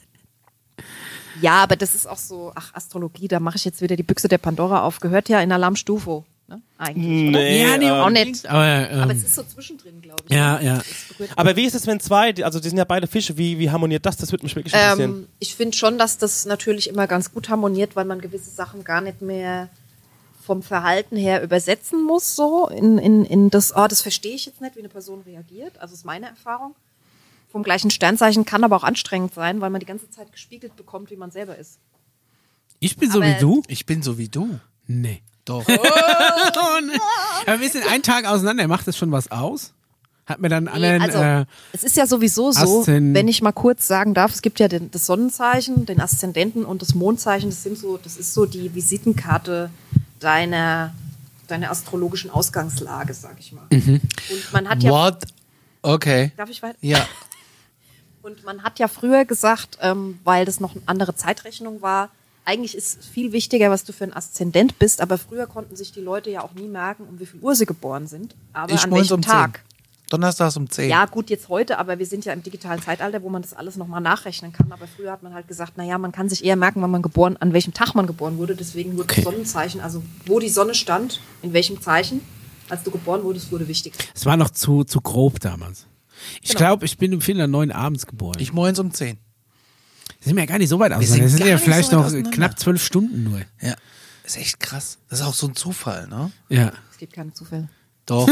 Ja, aber das ist auch so, Astrologie, da mache ich jetzt wieder die Büchse der Pandora auf. Gehört ja in Alarm Stufo, ne? Eigentlich. Nee, auch nicht. Aber es ist so zwischendrin, glaube ich. Ja. Aber wie ist es, wenn zwei, also die sind ja beide Fische, wie harmoniert das? Das würde mich wirklich interessieren. Ich finde schon, dass das natürlich immer ganz gut harmoniert, weil man gewisse Sachen gar nicht mehr vom Verhalten her übersetzen muss, so in das, das verstehe ich jetzt nicht, wie eine Person reagiert. Also ist meine Erfahrung. Vom gleichen Sternzeichen kann aber auch anstrengend sein, weil man die ganze Zeit gespiegelt bekommt, wie man selber ist. Ich bin so wie du? Ich bin so wie du. Nee. Doch. Oh, nee. Aber wir sind einen Tag auseinander. Macht das schon was aus? Hat mir dann anderen... Also, es ist ja sowieso so, wenn ich mal kurz sagen darf, es gibt ja das Sonnenzeichen, den Aszendenten und das Mondzeichen. Das ist so die Visitenkarte deiner astrologischen Ausgangslage, sag ich mal. Mhm. Und man hat ja... What? Okay. Darf ich weiter? Ja. Und man hat ja früher gesagt, weil das noch eine andere Zeitrechnung war, eigentlich ist viel wichtiger, was du für ein Aszendent bist, aber früher konnten sich die Leute ja auch nie merken, um wie viel Uhr sie geboren sind, aber Ich an morgens welchem Tag. 10. Donnerstags um 10. Ja, gut, jetzt heute, aber wir sind ja im digitalen Zeitalter, wo man das alles nochmal nachrechnen kann, aber früher hat man halt gesagt, naja, man kann sich eher merken, an welchem Tag man geboren wurde, deswegen wurde das Sonnenzeichen, also wo die Sonne stand, in welchem Zeichen, als du geboren wurdest, wurde wichtig. Es war noch zu grob damals. Ich glaube, ich bin um 4:09 abends geboren. Ich morgens um 10. Das sind ja gar nicht so weit auseinander. Das sind ja vielleicht noch knapp 12 Stunden nur. Ja. Das ist echt krass. Das ist auch so ein Zufall, ne? Ja. Es gibt keine Zufälle. Doch.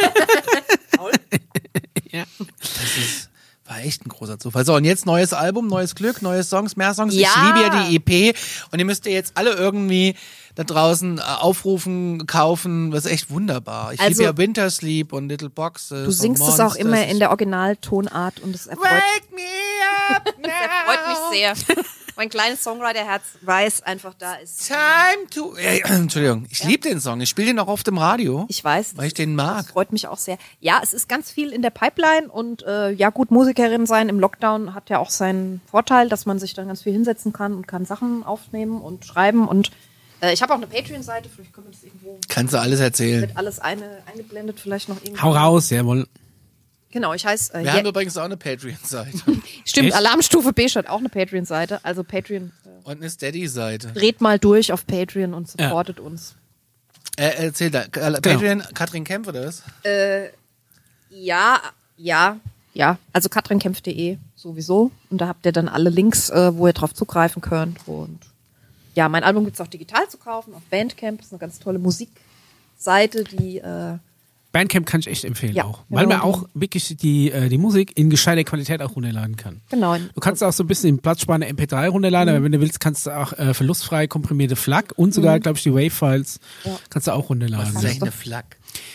Ja. War echt ein großer Zufall. So, und jetzt neues Album, neues Glück, neue Songs, mehr Songs. Ja. Ich liebe ja die EP. Und ihr müsst ihr jetzt alle irgendwie da draußen aufrufen, kaufen. Das ist echt wunderbar. Ich liebe ja Winter Sleep und Little Boxes. Du singst es auch immer in der Originaltonart und es erfreut mich sehr. Mein kleines Songwriter-Herz weiß einfach, da ist... Time to... Entschuldigung, ich liebe den Song. Ich spiele den auch oft im Radio. Ich weiß. Weil ich den mag. Das freut mich auch sehr. Ja, es ist ganz viel in der Pipeline und ja gut, Musikerin sein im Lockdown hat ja auch seinen Vorteil, dass man sich dann ganz viel hinsetzen kann und kann Sachen aufnehmen und schreiben und ich habe auch eine Patreon-Seite, vielleicht können wir das irgendwo... Kannst du alles erzählen. Wird alles eingeblendet, vielleicht noch irgendwo. Hau raus, jawohl. Genau, ich heiße... Wir haben übrigens auch eine Patreon-Seite. Stimmt, Echt? Alarmstufe B hat auch eine Patreon-Seite, also Patreon... Und eine Steady-Seite. Dreht mal durch auf Patreon und supportet uns. Erzähl da. Patreon, Katrin Kempf oder was? Ja. Also katrinkämpf.de sowieso. Und da habt ihr dann alle Links, wo ihr drauf zugreifen könnt. Und ja, mein Album gibt's auch digital zu kaufen auf Bandcamp. Das ist eine ganz tolle Musikseite, die... Bandcamp kann ich echt empfehlen Ja, auch. Weil genau. man auch wirklich die Musik in gescheiter Qualität auch runterladen kann. Genau. Du kannst auch so ein bisschen im platzsparende MP3 runterladen, aber wenn du willst, kannst du auch verlustfrei komprimierte FLAC und sogar, glaube ich, die Wave-Files kannst du auch runterladen. Das ist echt eine Flak.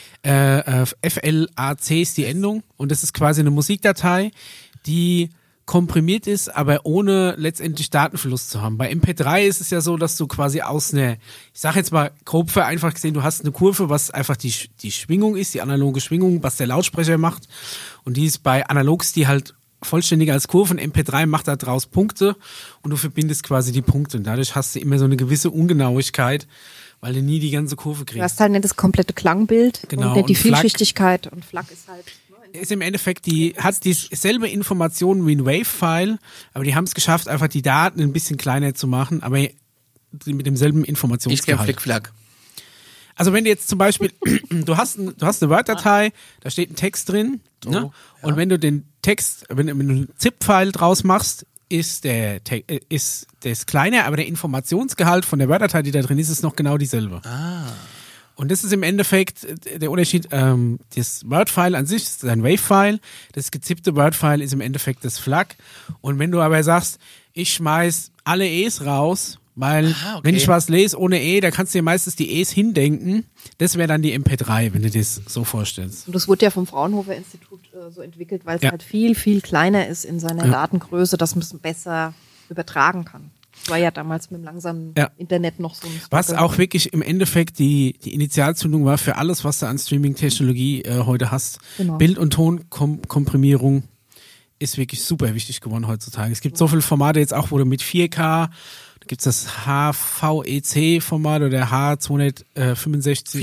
FLAC ist die Endung und das ist quasi eine Musikdatei, die komprimiert ist, aber ohne letztendlich Datenverlust zu haben. Bei MP3 ist es ja so, dass du quasi aus einer, ich sag jetzt mal grob vereinfacht gesehen, du hast eine Kurve, was einfach die Schwingung ist, die analoge Schwingung, was der Lautsprecher macht und die ist bei Analogs, die halt vollständig als Kurve und MP3 macht da draus Punkte und du verbindest quasi die Punkte und dadurch hast du immer so eine gewisse Ungenauigkeit, weil du nie die ganze Kurve kriegst. Du hast halt nicht das komplette Klangbild Genau, und nicht die und FLAC Vielschichtigkeit und FLAC ist halt... Ist im Endeffekt, hat dieselbe Informationen wie ein Wave-File, aber die haben es geschafft, einfach die Daten ein bisschen kleiner zu machen, aber mit demselben Ich kenn Informationsgehalt. Flick-Flack. Also wenn du jetzt zum Beispiel, du hast eine Word-Datei, da steht ein Text drin, ne? Und wenn du den Text, wenn du einen ZIP-File draus machst, ist das kleiner, aber der Informationsgehalt von der Word-Datei, die da drin ist noch genau dieselbe. Und das ist im Endeffekt der Unterschied. Das Word-File an sich ist ein Wave-File. Das gezippte Word-File ist im Endeffekt das FLAC. Und wenn du aber sagst, ich schmeiß alle E's raus, weil wenn ich was lese ohne E, da kannst du dir meistens die E's hindenken. Das wäre dann die MP3, wenn du das so vorstellst. Und das wurde ja vom Fraunhofer Institut so entwickelt, weil es halt viel, viel kleiner ist in seiner Datengröße, dass man es besser übertragen kann. War ja damals mit dem langsamen Ja. Internet noch so ein Was Struggle. auch wirklich im Endeffekt die Initialzündung war für alles, was du an Streaming-Technologie heute hast. Genau. Bild- und Tonkomprimierung ist wirklich super wichtig geworden heutzutage. Es gibt so viele Formate jetzt auch, wo du mit 4K, da gibt's das HVEC-Format oder H265.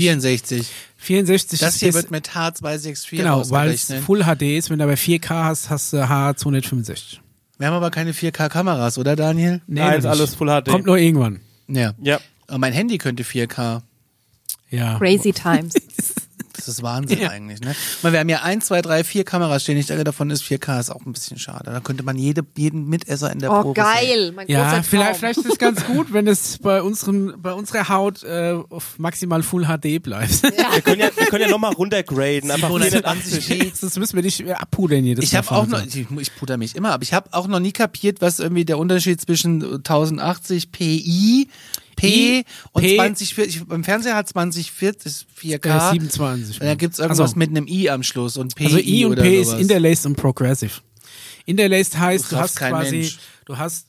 64 Das hier ist, wird mit H264 genau, weil es ausgerechnet. Full HD ist. Wenn du aber 4K hast, hast du H265. Wir haben aber keine 4K-Kameras, oder Daniel? Nein, ist noch alles nicht. Full HD. Kommt nur irgendwann. Ja. Ja. Aber mein Handy könnte 4K. Ja. Crazy Times. Das ist Wahnsinn Ja. eigentlich, ne? Weil wir haben ja 1, 2, 3, 4 Kameras stehen. Ich denke, davon ist 4K ist auch ein bisschen schade. Da könnte man jeden Mitesser in der Oh, Probe sehen. geil. Mein Ja, großer Traum. vielleicht ist es ganz gut, wenn es bei unserer Haut auf maximal Full HD bleibt. Wir können ja nochmal runtergraden. Einfach 720p. Sonst müssen wir dich abpudern jedes Ich Mal. habe auch noch, ich puder mich immer, aber ich habe auch noch nie kapiert, was irgendwie der Unterschied zwischen 1080 P und P- 2040. Beim Fernseher hat 2040 ist 4K. 27. Und dann gibt's irgendwas Also, mit einem I am Schluss und PI Also I und oder P sowas. ist Interlaced und Progressive. Interlaced heißt, Du du raffst hast kein quasi, Mensch. du hast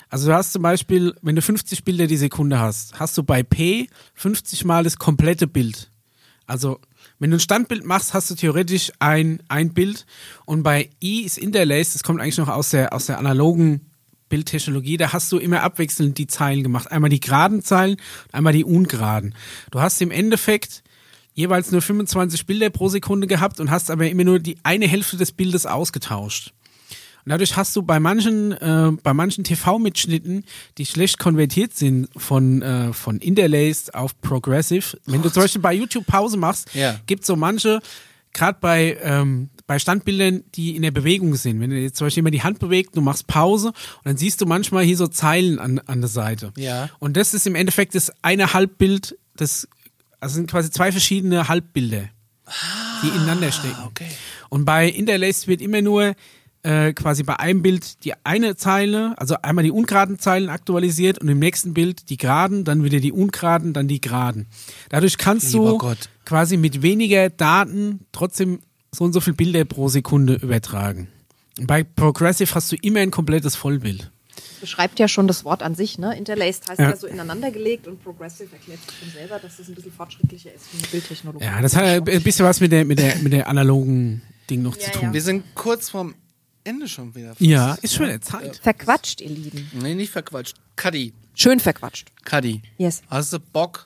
zum Beispiel, wenn du 50 Bilder die Sekunde hast du bei P 50 mal das komplette Bild. Also, wenn du ein Standbild machst, hast du theoretisch ein Bild und bei I ist Interlaced, das kommt eigentlich noch aus der analogen Bildtechnologie, da hast du immer abwechselnd die Zeilen gemacht. Einmal die geraden Zeilen, einmal die ungeraden. Du hast im Endeffekt jeweils nur 25 Bilder pro Sekunde gehabt und hast aber immer nur die eine Hälfte des Bildes ausgetauscht. Und dadurch hast du bei manchen TV-Mitschnitten, die schlecht konvertiert sind von Interlaced auf Progressive, wenn du zum Beispiel bei YouTube Pause machst, Ja. gibt es so manche, gerade bei Standbildern, die in der Bewegung sind. Wenn du jetzt zum Beispiel immer die Hand bewegt, du machst Pause und dann siehst du manchmal hier so Zeilen an der Seite. Ja. Und das ist im Endeffekt das eine Halbbild, also sind quasi zwei verschiedene Halbbilder, die ineinander stecken. okay. Und bei Interlaced wird immer nur quasi bei einem Bild die eine Zeile, also einmal die ungeraden Zeilen aktualisiert und im nächsten Bild die geraden, dann wieder die ungeraden, dann die geraden. Dadurch kannst Lieber du Gott. quasi mit weniger Daten trotzdem so und so viele Bilder pro Sekunde übertragen. Und bei Progressive hast du immer ein komplettes Vollbild. Beschreibt ja schon das Wort an sich, ne? Interlaced heißt Ja. ja so ineinander gelegt und Progressive erklärt sich schon selber, dass das ein bisschen fortschrittlicher ist wie eine Bildtechnologie. Ja, das hat ein bisschen was mit der analogen Ding noch zu Ja, tun. ja. Wir sind kurz vorm Ende schon wieder. Fast. Ja, ist schon der Zeit. Verquatscht, ihr Lieben. Nee, nicht verquatscht. Kaddi. Schön verquatscht. Kaddi. Yes. Hast du Bock,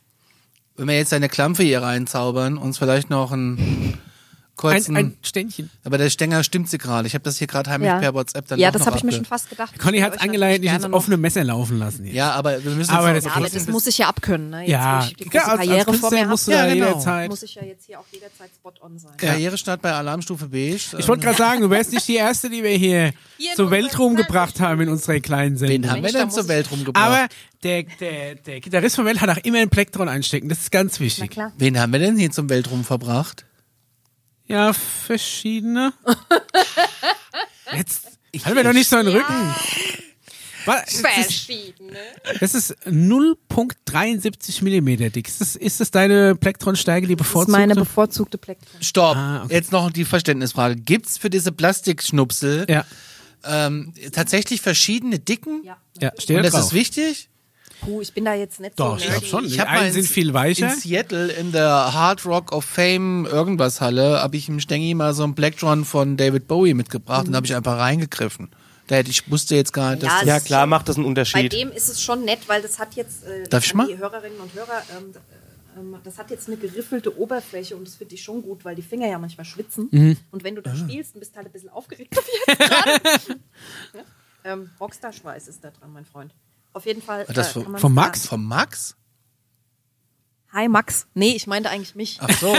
wenn wir jetzt eine Klampfe hier reinzaubern, uns vielleicht noch einen kurzen... Ein Ständchen. aber der Stänger stimmt sie gerade. Ich habe das hier gerade heimlich per WhatsApp dann Ja, auch das noch habe ich mir abge- schon fast gedacht. Conny Ich hat würde euch angeleitet, nicht natürlich ins gerne offene Messer laufen lassen. Jetzt. Ja, aber wir müssen Aber jetzt das noch- Ja, aber das muss ich ja abkönnen. Ne? Jetzt, Ja, wo ich die große klar, als Karriere vor Künstler mir musst du habe, da Ja, genau. jederzeit. muss ich ja jetzt hier auch jederzeit spot on sein. Karrierestart bei Alarmstufe Beige. Ich wollte gerade sagen, du wärst nicht die Erste, die wir hier Hier zur in Welt unserer rumgebracht haben in unserer kleinen Wen Sendung. haben wir Mensch, da denn muss zur ich- Welt rumgebracht? Aber der Gitarrist von Welt hat auch immer ein Plektron einstecken. Das ist ganz Na wichtig. klar. Wen haben wir denn hier zum Weltrum verbracht? Ja, verschiedene. Jetzt halt mir doch nicht so in den Rücken. Verschiedene. Das ist 0,73 Millimeter dick. Ist das deine Plektronstärke, die Das ist bevorzugte? meine bevorzugte Plektron. Stopp. Ah, okay. Jetzt noch die Verständnisfrage. Gibt's für diese Plastikschnupsel Ja, tatsächlich verschiedene Dicken? Ja. steht Und da das drauf. ist wichtig? Puh, ich bin da jetzt nicht Doch, so ich glaube schon. Ich Die habe einen sind viel weicher. In Seattle in der Hard Rock of Fame irgendwas Halle habe ich im Stengi mal so ein Blacktron von David Bowie mitgebracht und da habe ich einfach reingegriffen. Ich wusste jetzt gar nicht, dass Ja, das... Ja, klar, macht das einen Bei Unterschied. dem ist es schon nett, weil das hat jetzt, Darf ich an mal? die Hörerinnen und Hörer, das hat jetzt eine geriffelte Oberfläche und das finde ich schon gut, weil die Finger ja manchmal schwitzen. Mhm. Und wenn du da spielst und bist halt ein bisschen aufgeregt wie jetzt gerade. Ja? Rockstar-Schweiß ist da dran, mein Freund. Auf jeden Fall. Das kann man vom da- Max? Vom Max? Hi Max. Nee, ich meinte eigentlich mich. Ach so.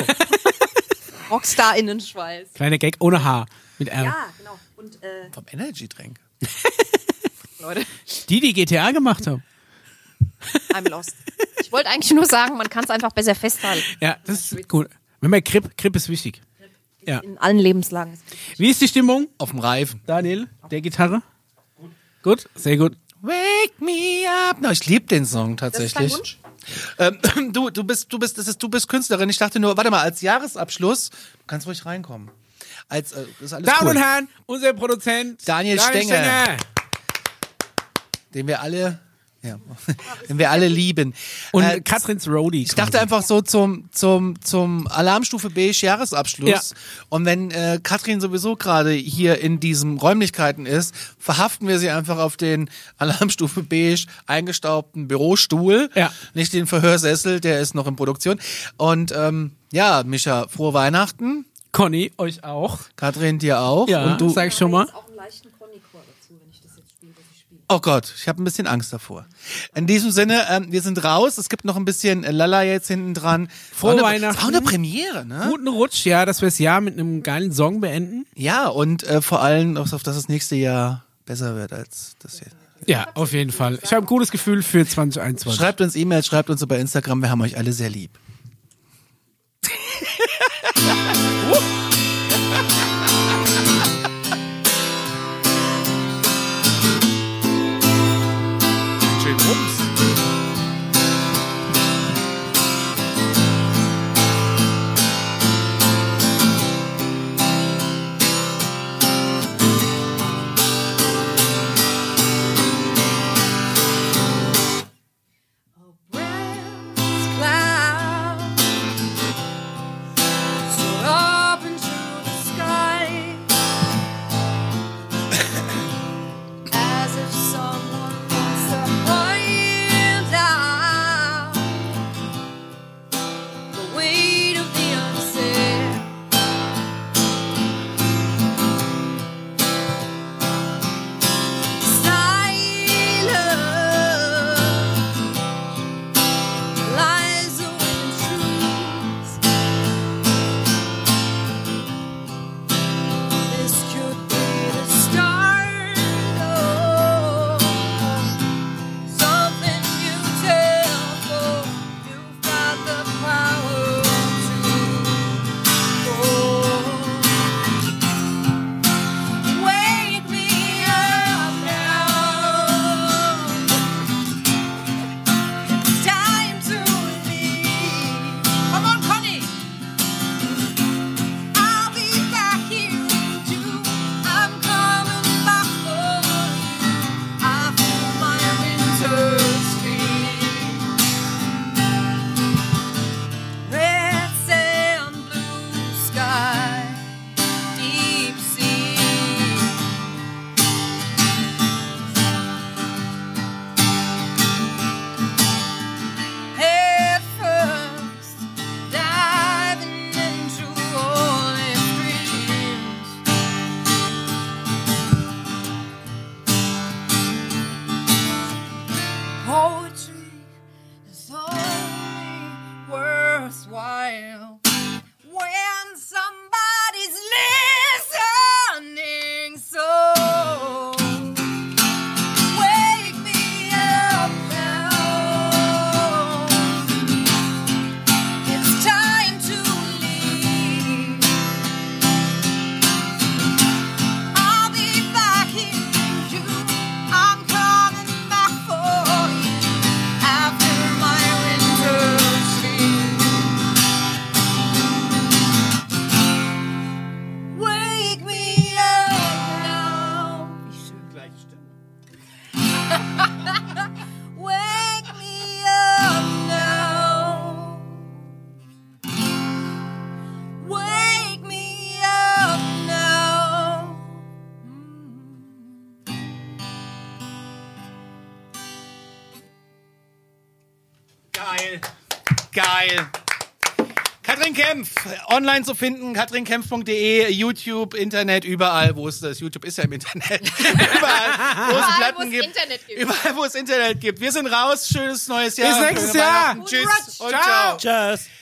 Rockstar-Innenschweiß. Kleiner Gag ohne Haar. Mit R. Ja, genau. Und Vom Energy Drink. Leute, Die GTA gemacht haben. I'm lost. Ich wollte eigentlich nur sagen, man kann es einfach besser festhalten. Ja, das ist gut. Wenn man Grip ist wichtig. Ja. In allen Lebenslagen. Wie ist die Stimmung, Auf dem Reifen. Daniel, der Gitarre? Gut, sehr gut. Wake me up. No, ich liebe den Song Das ist dein tatsächlich. Wunsch? Du bist Künstlerin. Ich dachte nur, warte mal, als Jahresabschluss, du kannst ruhig reinkommen. Das ist alles Damen cool. und Herren, unser Produzent Daniel Stenger. den wir alle lieben. Und Katrins Roadie. Ich dachte einfach so zum Alarmstufe Beige Jahresabschluss. Ja. Und wenn Katrin sowieso gerade hier in diesen Räumlichkeiten ist, verhaften wir sie einfach auf den Alarmstufe Beige eingestaubten Bürostuhl. Ja. Nicht den Verhörsessel, der ist noch in Produktion. Und ja, Micha, frohe Weihnachten. Conny, euch auch. Katrin, dir auch. Ja, Und du. sag ich schon mal. Auch einen leichten Conny-Chor dazu, wenn ich das jetzt spiele, was ich spiele. Oh Gott, ich habe ein bisschen Angst davor. In diesem Sinne, wir sind raus. Es gibt noch ein bisschen Lala jetzt hinten dran. Frohe Weihnachten. Ist auch eine Premiere, ne? Guten Rutsch, ja, dass wir das Jahr mit einem geilen Song beenden. Ja, und vor allem, auf dass das nächste Jahr besser wird als das hier. Ja, auf jeden Fall. Ich habe ein gutes Gefühl für 2021. Schreibt uns E-Mails, schreibt uns über Instagram. Wir haben euch alle sehr lieb. Schön Rums. Geil. Katrin Kempf, online zu finden, katrinKempf.de, YouTube, Internet, überall, wo es das, YouTube ist ja im Internet, überall, wo es Platten gibt, überall, wo es Internet gibt. Wir sind raus, schönes neues Jahr. Bis nächstes Jahr. Tschüss und ciao. Tschüss.